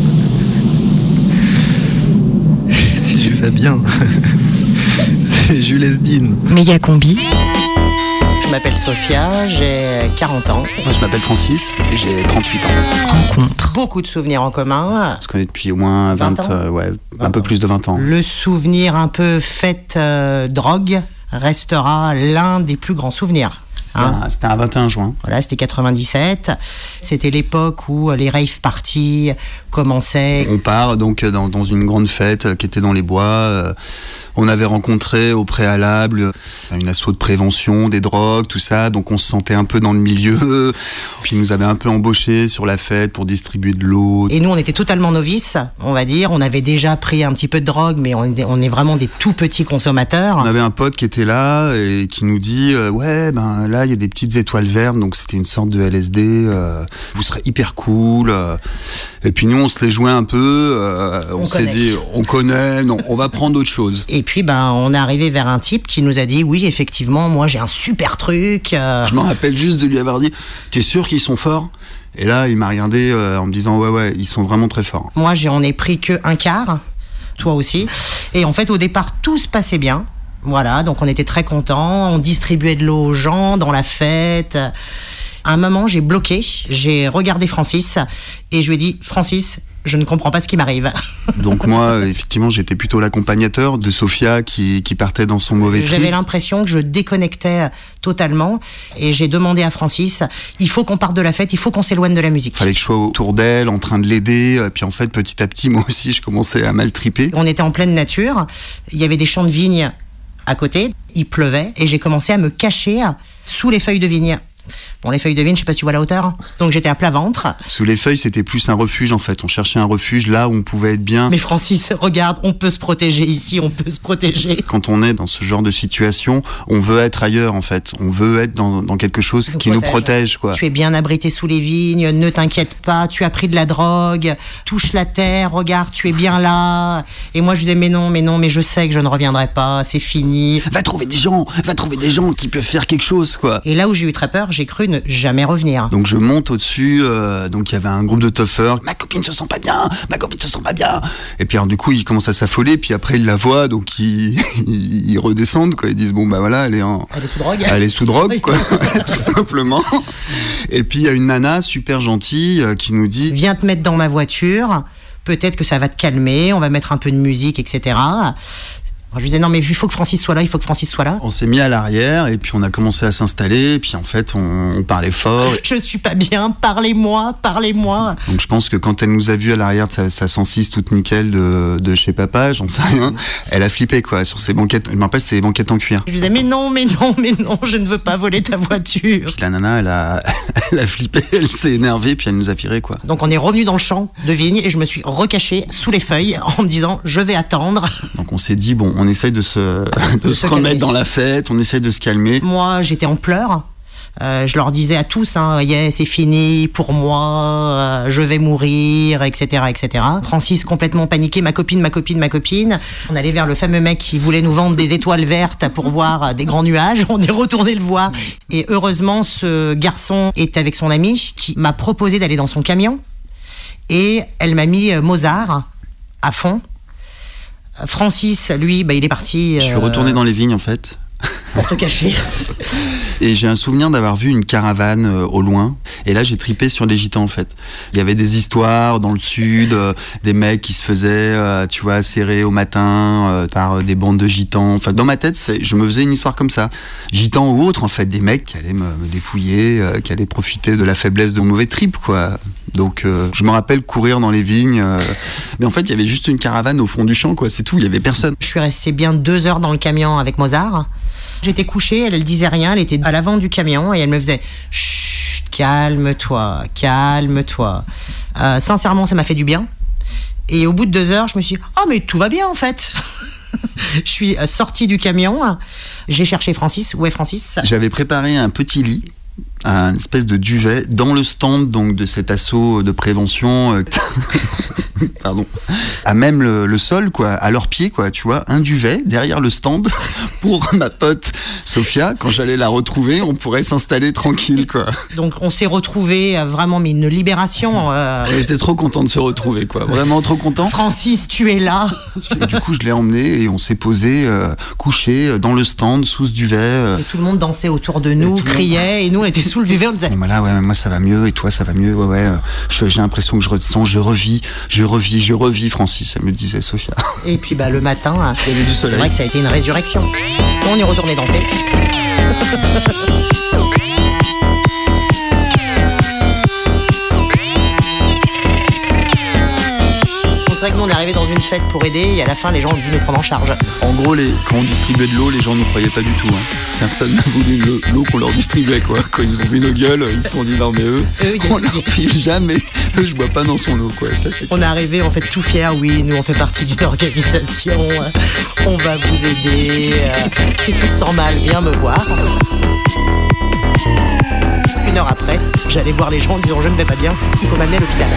B: Si je vais bien. C'est Jules Esdine.
E: Méga combi.
A: Je m'appelle Sophia, j'ai quarante ans.
R: Moi, je m'appelle Francis et j'ai trente-huit ans.
A: Rencontre. Beaucoup de souvenirs en commun.
R: On se connaît depuis au moins vingt,
A: vingt ans.
R: Euh, ouais, un peu plus de vingt ans.
A: Le souvenir un peu fait euh, drogue restera l'un des plus grands souvenirs.
R: C'était, hein un, c'était un vingt et un juin.
A: Voilà, c'était quatre-vingt-dix-sept. C'était l'époque où les rave parties commençaient.
R: On part donc dans, dans une grande fête qui était dans les bois. On avait rencontré au préalable une asso de prévention des drogues, tout ça. Donc on se sentait un peu dans le milieu. Puis ils nous avaient un peu embauchés sur la fête pour distribuer de l'eau.
A: Et nous, on était totalement novices, on va dire. On avait déjà pris un petit peu de drogue, mais on est, on est vraiment des tout petits consommateurs.
R: On avait un pote qui était là et qui nous dit euh, ouais, ben là, il y a des petites étoiles vertes. Donc c'était une sorte de L S D. Euh, vous serez hyper cool. Euh. Et puis nous, on se les jouait un peu. Euh, on, on s'est dit, on connaît, non, on va prendre autre chose.
A: Et puis, ben, on est arrivé vers un type qui nous a dit, oui, effectivement, moi, j'ai un super truc. Euh...
R: Je m'en rappelle juste de lui avoir dit, t'es sûr qu'ils sont forts ? Et là, il m'a regardé euh, en me disant, ouais, ouais, ils sont vraiment très forts.
A: Moi, j'en ai pris que un quart, toi aussi. Et en fait, au départ, tout se passait bien. Voilà, donc on était très contents. On distribuait de l'eau aux gens dans la fête. À un moment, j'ai bloqué, j'ai regardé Francis et je lui ai dit, Francis, je ne comprends pas ce qui m'arrive.
R: Donc moi, effectivement, j'étais plutôt l'accompagnateur de Sophia qui, qui partait dans son mauvais trip.
A: J'avais l'impression que je déconnectais totalement et j'ai demandé à Francis, il faut qu'on parte de la fête, il faut qu'on s'éloigne de la musique.
R: Il fallait que je sois autour d'elle, en train de l'aider. Puis en fait, petit à petit, moi aussi, je commençais à mal triper.
A: On était en pleine nature, il y avait des champs de vignes à côté, il pleuvait et j'ai commencé à me cacher sous les feuilles de vigne. Bon, les feuilles de vigne, je sais pas si tu vois la hauteur. Donc j'étais à plat ventre.
R: Sous les feuilles, c'était plus un refuge en fait. On cherchait un refuge là où on pouvait être bien.
A: Mais Francis, regarde, on peut se protéger ici, on peut se protéger.
R: Quand on est dans ce genre de situation, on veut être ailleurs en fait. On veut être dans, dans quelque chose
A: nous
R: qui
A: protège.
R: nous protège quoi.
A: Tu es bien abrité sous les vignes, ne t'inquiète pas, tu as pris de la drogue, touche la terre, regarde, tu es bien là. Et moi je disais mais non, mais non, mais je sais que je ne reviendrai pas, c'est fini.
R: Va trouver des gens, va trouver des gens qui peuvent faire quelque chose quoi.
A: Et là où j'ai eu très peur, j'ai cru ne jamais revenir.
R: Donc je monte au-dessus, euh, donc il y avait un groupe de toughers. Ma copine se sent pas bien, ma copine se sent pas bien. Et puis alors du coup ils commencent à s'affoler, puis après ils la voient, donc ils, ils, ils redescendent quoi. Ils disent bon bah voilà, elle est en,
A: elle est sous drogue,
R: elle est sous drogue quoi, tout simplement. Et puis il y a une nana super gentille euh, qui nous dit
A: viens te mettre dans ma voiture, peut-être que ça va te calmer, on va mettre un peu de musique, et cetera. Je lui disais non mais il faut que Francis soit là, il faut que Francis soit là.
R: On s'est mis à l'arrière et puis on a commencé à s'installer et puis en fait on, on parlait fort.
A: Je suis pas bien, parlez-moi, parlez-moi.
R: Donc je pense que quand elle nous a vus à l'arrière de sa, sa cent six toute nickel de, de chez papa, j'en sais rien, elle a flippé quoi sur ses banquettes. Je me rappelle c'était des banquettes en cuir.
A: Je lui disais mais non, mais non, mais non, je ne veux pas voler ta voiture.
R: Puis la nana elle a, elle a flippé, elle s'est énervée puis elle nous a viré quoi.
A: Donc on est revenu dans le champ de vigne et je me suis recaché sous les feuilles en me disant je vais attendre.
R: Donc on s'est dit bon on essaye de se, de, de se, se remettre dans la fête, on essaye de se calmer.
A: Moi, j'étais en pleurs. Euh, je leur disais à tous, hein, yeah, c'est fini pour moi, euh, je vais mourir, et cetera, et cetera. Francis complètement paniqué, ma copine, ma copine, ma copine. On allait vers le fameux mec qui voulait nous vendre des étoiles vertes pour voir des grands nuages. On est retourné le voir. Et heureusement, ce garçon est avec son ami qui m'a proposé d'aller dans son camion. Et elle m'a mis Mozart à fond. Francis, lui, bah, il est parti.
R: Je suis retourné euh... dans les vignes en fait.
A: Pour te cacher.
R: Et j'ai un souvenir d'avoir vu une caravane euh, au loin. Et là, j'ai tripé sur les gitans en fait. Il y avait des histoires dans le sud, euh, des mecs qui se faisaient, euh, tu vois, serrer au matin euh, par euh, des bandes de gitans. Enfin, dans ma tête, c'est, je me faisais une histoire comme ça. Gitans ou autres, en fait, des mecs qui allaient me, me dépouiller, euh, qui allaient profiter de la faiblesse de mon mauvais trip, quoi. Donc, euh, je me rappelle courir dans les vignes. Euh, mais en fait, il y avait juste une caravane au fond du champ, quoi. C'est tout, il y avait personne.
A: Je suis resté bien deux heures dans le camion avec Mozart. J'étais couchée, elle, elle disait rien, elle était à l'avant du camion et elle me faisait chut, calme-toi, calme-toi. Euh, sincèrement, ça m'a fait du bien. Et au bout de deux heures, je me suis dit, oh mais tout va bien en fait. Je suis sortie du camion, j'ai cherché Francis. Où est Francis ?
R: J'avais préparé un petit lit, un espèce de duvet, dans le stand donc de cet assaut de prévention. pardon, à même le, le sol, quoi, à leurs pieds, quoi, tu vois, un duvet derrière le stand pour ma pote Sophia. Quand j'allais la retrouver, on pourrait s'installer tranquille, quoi.
A: Donc on s'est retrouvés, euh, vraiment, mais une libération. Euh...
R: On était trop contents de se retrouver, quoi, vraiment trop contents.
A: Francis, tu es là.
R: Et du coup, je l'ai emmené et on s'est posé, euh, couché dans le stand, sous ce duvet. Euh...
A: Et tout le monde dansait autour de nous, criait, et nous on était sous le duvet, on disait...
R: Et voilà, ouais, moi ça va mieux, et toi ça va mieux, ouais, ouais, je, j'ai l'impression que je ressens, je revis, je revis, je revis, Francis, elle me disait Sophia.
A: Et puis bah le matin, c'est vrai que ça a été une résurrection. On est retourné danser. C'est vrai que nous on est arrivé dans une fête pour aider et à la fin les gens ont dû nous prendre en charge.
R: En gros, les, quand on distribuait de l'eau, les gens ne nous croyaient pas du tout. Hein. Personne n'a voulu l'eau, l'eau qu'on leur distribuait, quoi. Quand ils ont vu nos gueules, ils se sont dit non mais eux, eux on leur file jamais. Eux, je bois pas dans son eau, quoi. Ça, c'est...
A: On est arrivé en fait tout fiers, oui, nous on fait partie d'une organisation, on va vous aider. Si tu te sens mal, viens me voir. Une heure après, j'allais voir les gens en disant je ne vais pas bien, il faut m'amener à l'hôpital.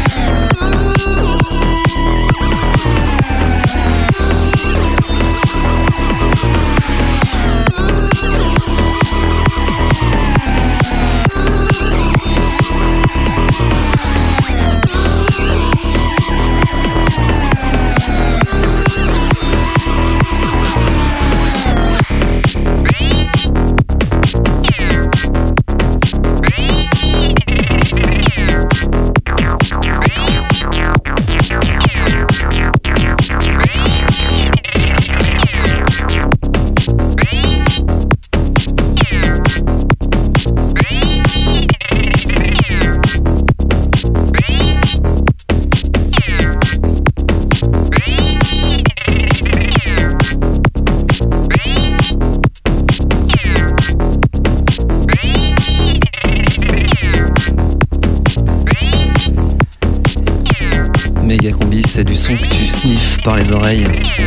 B: Mégacombi, c'est du son que tu sniffes par les oreilles.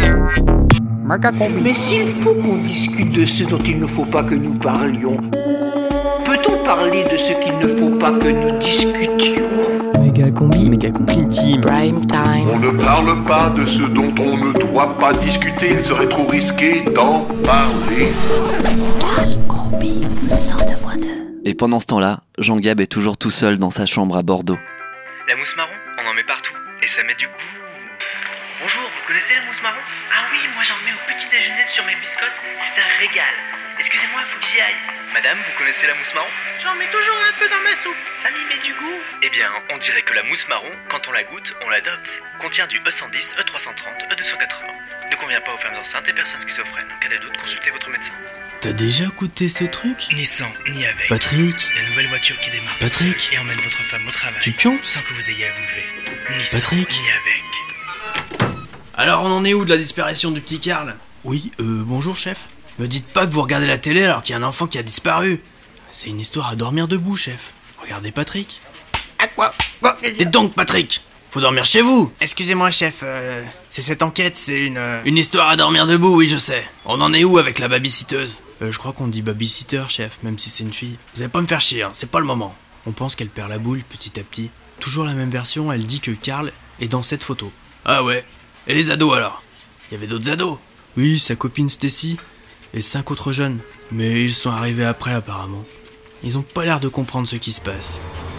K: Mais s'il faut qu'on discute de ce dont il ne faut pas que nous parlions, peut-on parler de ce qu'il ne faut pas que nous discutions?
E: Mégacombi,
O: Mégacombi Team,
G: Prime time.
V: On ne parle pas de ce dont on ne doit pas discuter, il serait trop risqué d'en parler.
G: Mégacombi, le sang de voix deux.
B: Et pendant ce temps-là, Jean Gab est toujours tout seul dans sa chambre à Bordeaux.
W: La mousse marron, on en met partout, et ça met du goût. Bonjour, vous connaissez la mousse marron? Ah oui, moi j'en mets au petit déjeuner sur mes biscottes, c'est un régal. Excusez-moi, faut que j'y aille. Madame, vous connaissez la mousse marron? J'en mets toujours un peu dans ma soupe, ça m'y met du goût. Eh bien, on dirait que la mousse marron, quand on la goûte, on l'adopte. Contient du E cent dix, E trois cent trente, E deux cent quatre-vingts. Ne convient pas aux femmes enceintes et personnes schizophrènes. En cas de doute, consultez votre médecin.
X: T'as déjà goûté ce truc?
W: Ni sans, ni avec.
X: Patrick?
W: La nouvelle voiture qui démarre
X: Patrick?
W: et emmène votre femme au travail.
X: Tu pionces?
W: Sans que vous ayez à vous lever. Ni
X: Patrick?
W: sans, ni avec.
X: Alors on en est où de la disparition du petit Karl? Oui, euh, bonjour chef. Me dites pas que vous regardez la télé alors qu'il y a un enfant qui a disparu. C'est une histoire à dormir debout, chef. Regardez Patrick.
W: À quoi? Quoi?
X: Dites donc Patrick, faut dormir chez vous.
W: Excusez-moi chef, euh, c'est cette enquête, c'est une... Euh...
X: Une histoire à dormir debout, oui je sais. On en est où avec la babysitteuse? Euh, je crois qu'on dit babysitter, chef, même si c'est une fille. Vous allez pas me faire chier, hein, c'est pas le moment. On pense qu'elle perd la boule petit à petit. Toujours la même version, elle dit que Karl est dans cette photo. Ah ouais. Et les ados alors? Il y avait d'autres ados? Oui, sa copine Stacy et cinq autres jeunes. Mais ils sont arrivés après apparemment. Ils ont pas l'air de comprendre ce qui se passe.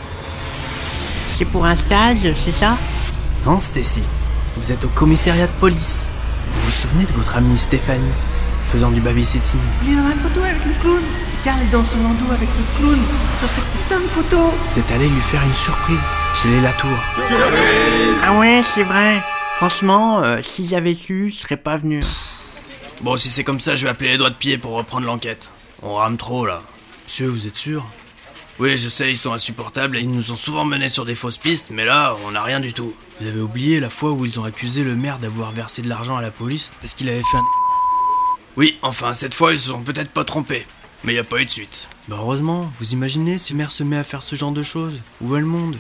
K: C'est pour un stage, c'est ça?
X: Non, Stacy. Vous êtes au commissariat de police. Vous vous souvenez de votre amie Stéphanie, faisant du babysitting?
K: Il est dans la photo avec le clown. Karl est dans son landau avec le clown. Sur cette putain de photo.
X: Vous êtes allé lui faire une surprise chez les Latour.
K: Surprise! Ah ouais, c'est vrai. Franchement, euh, si j'avais su, je serais pas venu.
X: Bon, si c'est comme ça, je vais appeler les doigts de pied pour reprendre l'enquête. On rame trop, là. Monsieur, vous êtes sûr? Oui, je sais, ils sont insupportables et ils nous ont souvent menés sur des fausses pistes, mais là, on n'a rien du tout. Vous avez oublié la fois où ils ont accusé le maire d'avoir versé de l'argent à la police parce qu'il avait fait un... Oui, enfin, cette fois, ils se sont peut-être pas trompés. Mais y a pas eu de suite. Bah heureusement, vous imaginez si le maire se met à faire ce genre de choses? Où va le monde?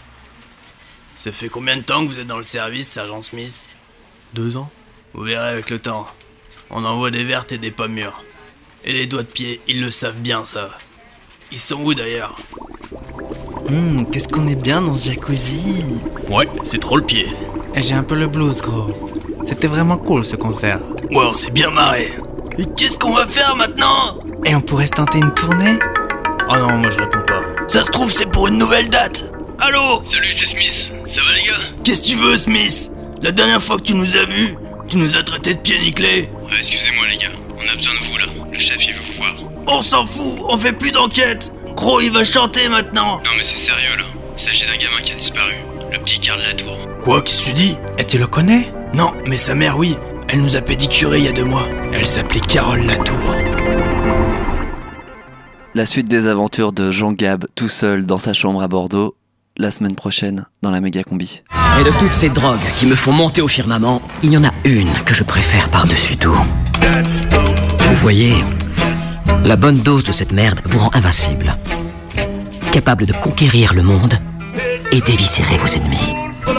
X: Ça fait combien de temps que vous êtes dans le service, sergent Smith? Deux ans. Vous verrez avec le temps. On envoie des vertes et des pas mûres. Et les doigts de pied, ils le savent bien ça. Ils sont où d'ailleurs?
W: Hum, qu'est-ce qu'on est bien dans ce jacuzzi?
X: Ouais, c'est trop le pied.
W: Et j'ai un peu le blues, gros. C'était vraiment cool ce concert.
X: Ouais, on s'est bien marré. Et qu'est-ce qu'on va faire maintenant?
W: Et on pourrait se tenter une tournée?
X: Ah non, moi je réponds pas. Ça se trouve, c'est pour une nouvelle date. Allô?
O: Salut, c'est Smith. Ça va les gars?
X: Qu'est-ce que tu veux, Smith? La dernière fois que tu nous as vus, tu nous as traités de pieds nickelés.
O: Ouais, excusez-moi les gars, on a besoin de vous là. Le chef il veut vous voir.
X: On s'en fout, on fait plus d'enquête. Gros, il va chanter maintenant.
O: Non mais c'est sérieux là. Il s'agit d'un gamin qui a disparu. Le petit Karl Latour.
X: Quoi, qu'est-ce que tu dis?
W: Et tu le connais?
X: Non, mais sa mère oui. Elle nous a pédicuré il y a deux mois. Elle s'appelait Carole Latour.
B: La suite des aventures de Jean Gab tout seul dans sa chambre à Bordeaux, la semaine prochaine dans la méga combi.
Q: Et de toutes ces drogues qui me font monter au firmament, il y en a une que je préfère par-dessus tout. Vous voyez, la bonne dose de cette merde vous rend invincible. Capable de conquérir le monde et d'éviscérer vos ennemis.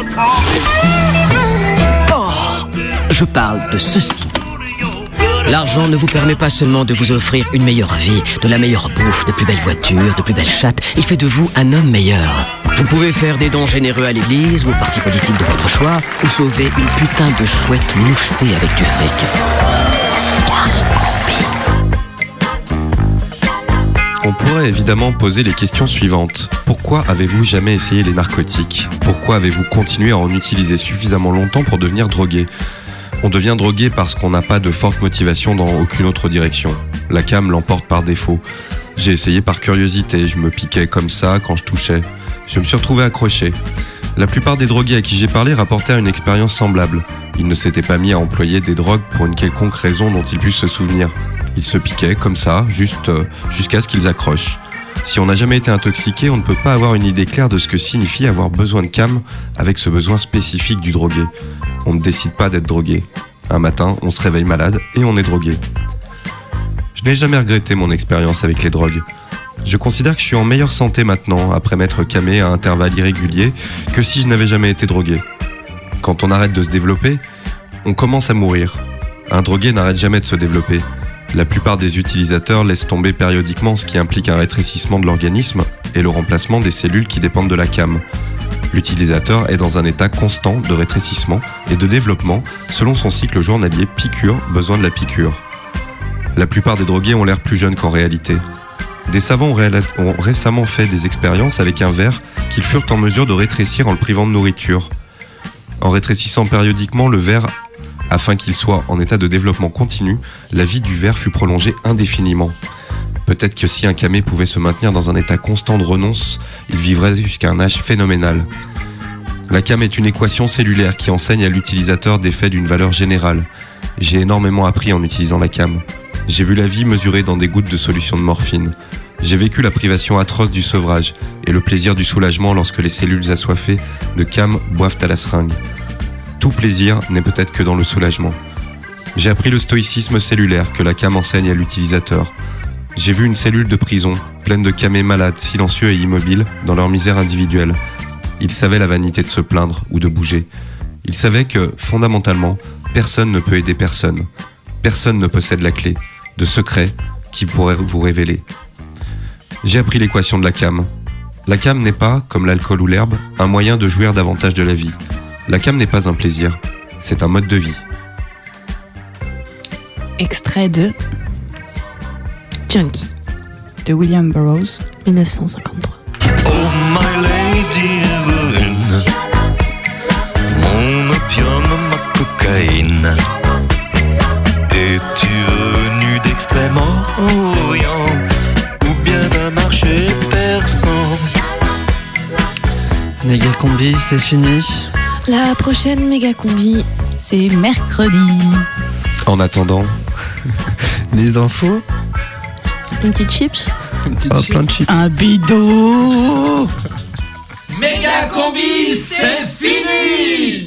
Q: Oh, je parle de ceci. L'argent ne vous permet pas seulement de vous offrir une meilleure vie, de la meilleure bouffe, de plus belles voitures, de plus belles chattes. Il fait de vous un homme meilleur. Vous pouvez faire des dons généreux à l'église ou au parti politique de votre choix, ou sauver une putain de chouette mouchetée avec du fric.
D: On pourrait évidemment poser les questions suivantes. Pourquoi avez-vous jamais essayé les narcotiques? Pourquoi avez-vous continué à en utiliser suffisamment longtemps pour devenir drogué? On devient drogué parce qu'on n'a pas de forte motivation dans aucune autre direction. La cam l'emporte par défaut. J'ai essayé par curiosité, je me piquais comme ça quand je touchais. Je me suis retrouvé accroché. La plupart des drogués à qui j'ai parlé rapportèrent une expérience semblable. Ils ne s'étaient pas mis à employer des drogues pour une quelconque raison dont ils puissent se souvenir. Ils se piquaient comme ça, juste euh, jusqu'à ce qu'ils accrochent. Si on n'a jamais été intoxiqué, on ne peut pas avoir une idée claire de ce que signifie avoir besoin de cam avec ce besoin spécifique du drogué. On ne décide pas d'être drogué. Un matin, on se réveille malade et on est drogué. Je n'ai jamais regretté mon expérience avec les drogues. Je considère que je suis en meilleure santé maintenant, après m'être camé à intervalles irréguliers, que si je n'avais jamais été drogué. Quand on arrête de se développer, on commence à mourir. Un drogué n'arrête jamais de se développer. La plupart des utilisateurs laissent tomber périodiquement, ce qui implique un rétrécissement de l'organisme et le remplacement des cellules qui dépendent de la cam. L'utilisateur est dans un état constant de rétrécissement et de développement selon son cycle journalier piqûre, besoin de la piqûre. La plupart des drogués ont l'air plus jeunes qu'en réalité. Des savants ont, ré- ont récemment fait des expériences avec un ver qu'ils furent en mesure de rétrécir en le privant de nourriture. En rétrécissant périodiquement le ver afin qu'il soit en état de développement continu, la vie du ver fut prolongée indéfiniment. Peut-être que si un camé pouvait se maintenir dans un état constant de renonce, il vivrait jusqu'à un âge phénoménal. La cam est une équation cellulaire qui enseigne à l'utilisateur des faits d'une valeur générale. J'ai énormément appris en utilisant la cam. J'ai vu la vie mesurée dans des gouttes de solution de morphine. J'ai vécu la privation atroce du sevrage et le plaisir du soulagement lorsque les cellules assoiffées de cam boivent à la seringue. Tout plaisir n'est peut-être que dans le soulagement. J'ai appris le stoïcisme cellulaire que la cam enseigne à l'utilisateur. J'ai vu une cellule de prison, pleine de camés malades, silencieux et immobiles, dans leur misère individuelle. Ils savaient la vanité de se plaindre ou de bouger. Ils savaient que, fondamentalement, personne ne peut aider personne. Personne ne possède la clé, de secret, qui pourrait vous révéler. J'ai appris l'équation de la cam. La cam n'est pas, comme l'alcool ou l'herbe, un moyen de jouir davantage de la vie. La cam n'est pas un plaisir, c'est un mode de vie.
I: Extrait de
J: Junkie
I: de William Burroughs,
J: dix-neuf cent cinquante-trois.
P: Oh my lady Evelyn, mon opium, ma cocaïne. Es-tu venu d'Extrême-Orient ou bien d'un marché persan?
B: Méga combi, c'est fini.
J: La prochaine méga combi,
I: c'est mercredi.
D: En attendant,
B: les infos.
J: Une petite chips.
B: Une petite
D: oh,
B: chips.
D: plein de chips.
I: Un bidou.
P: Méga combi, c'est fini.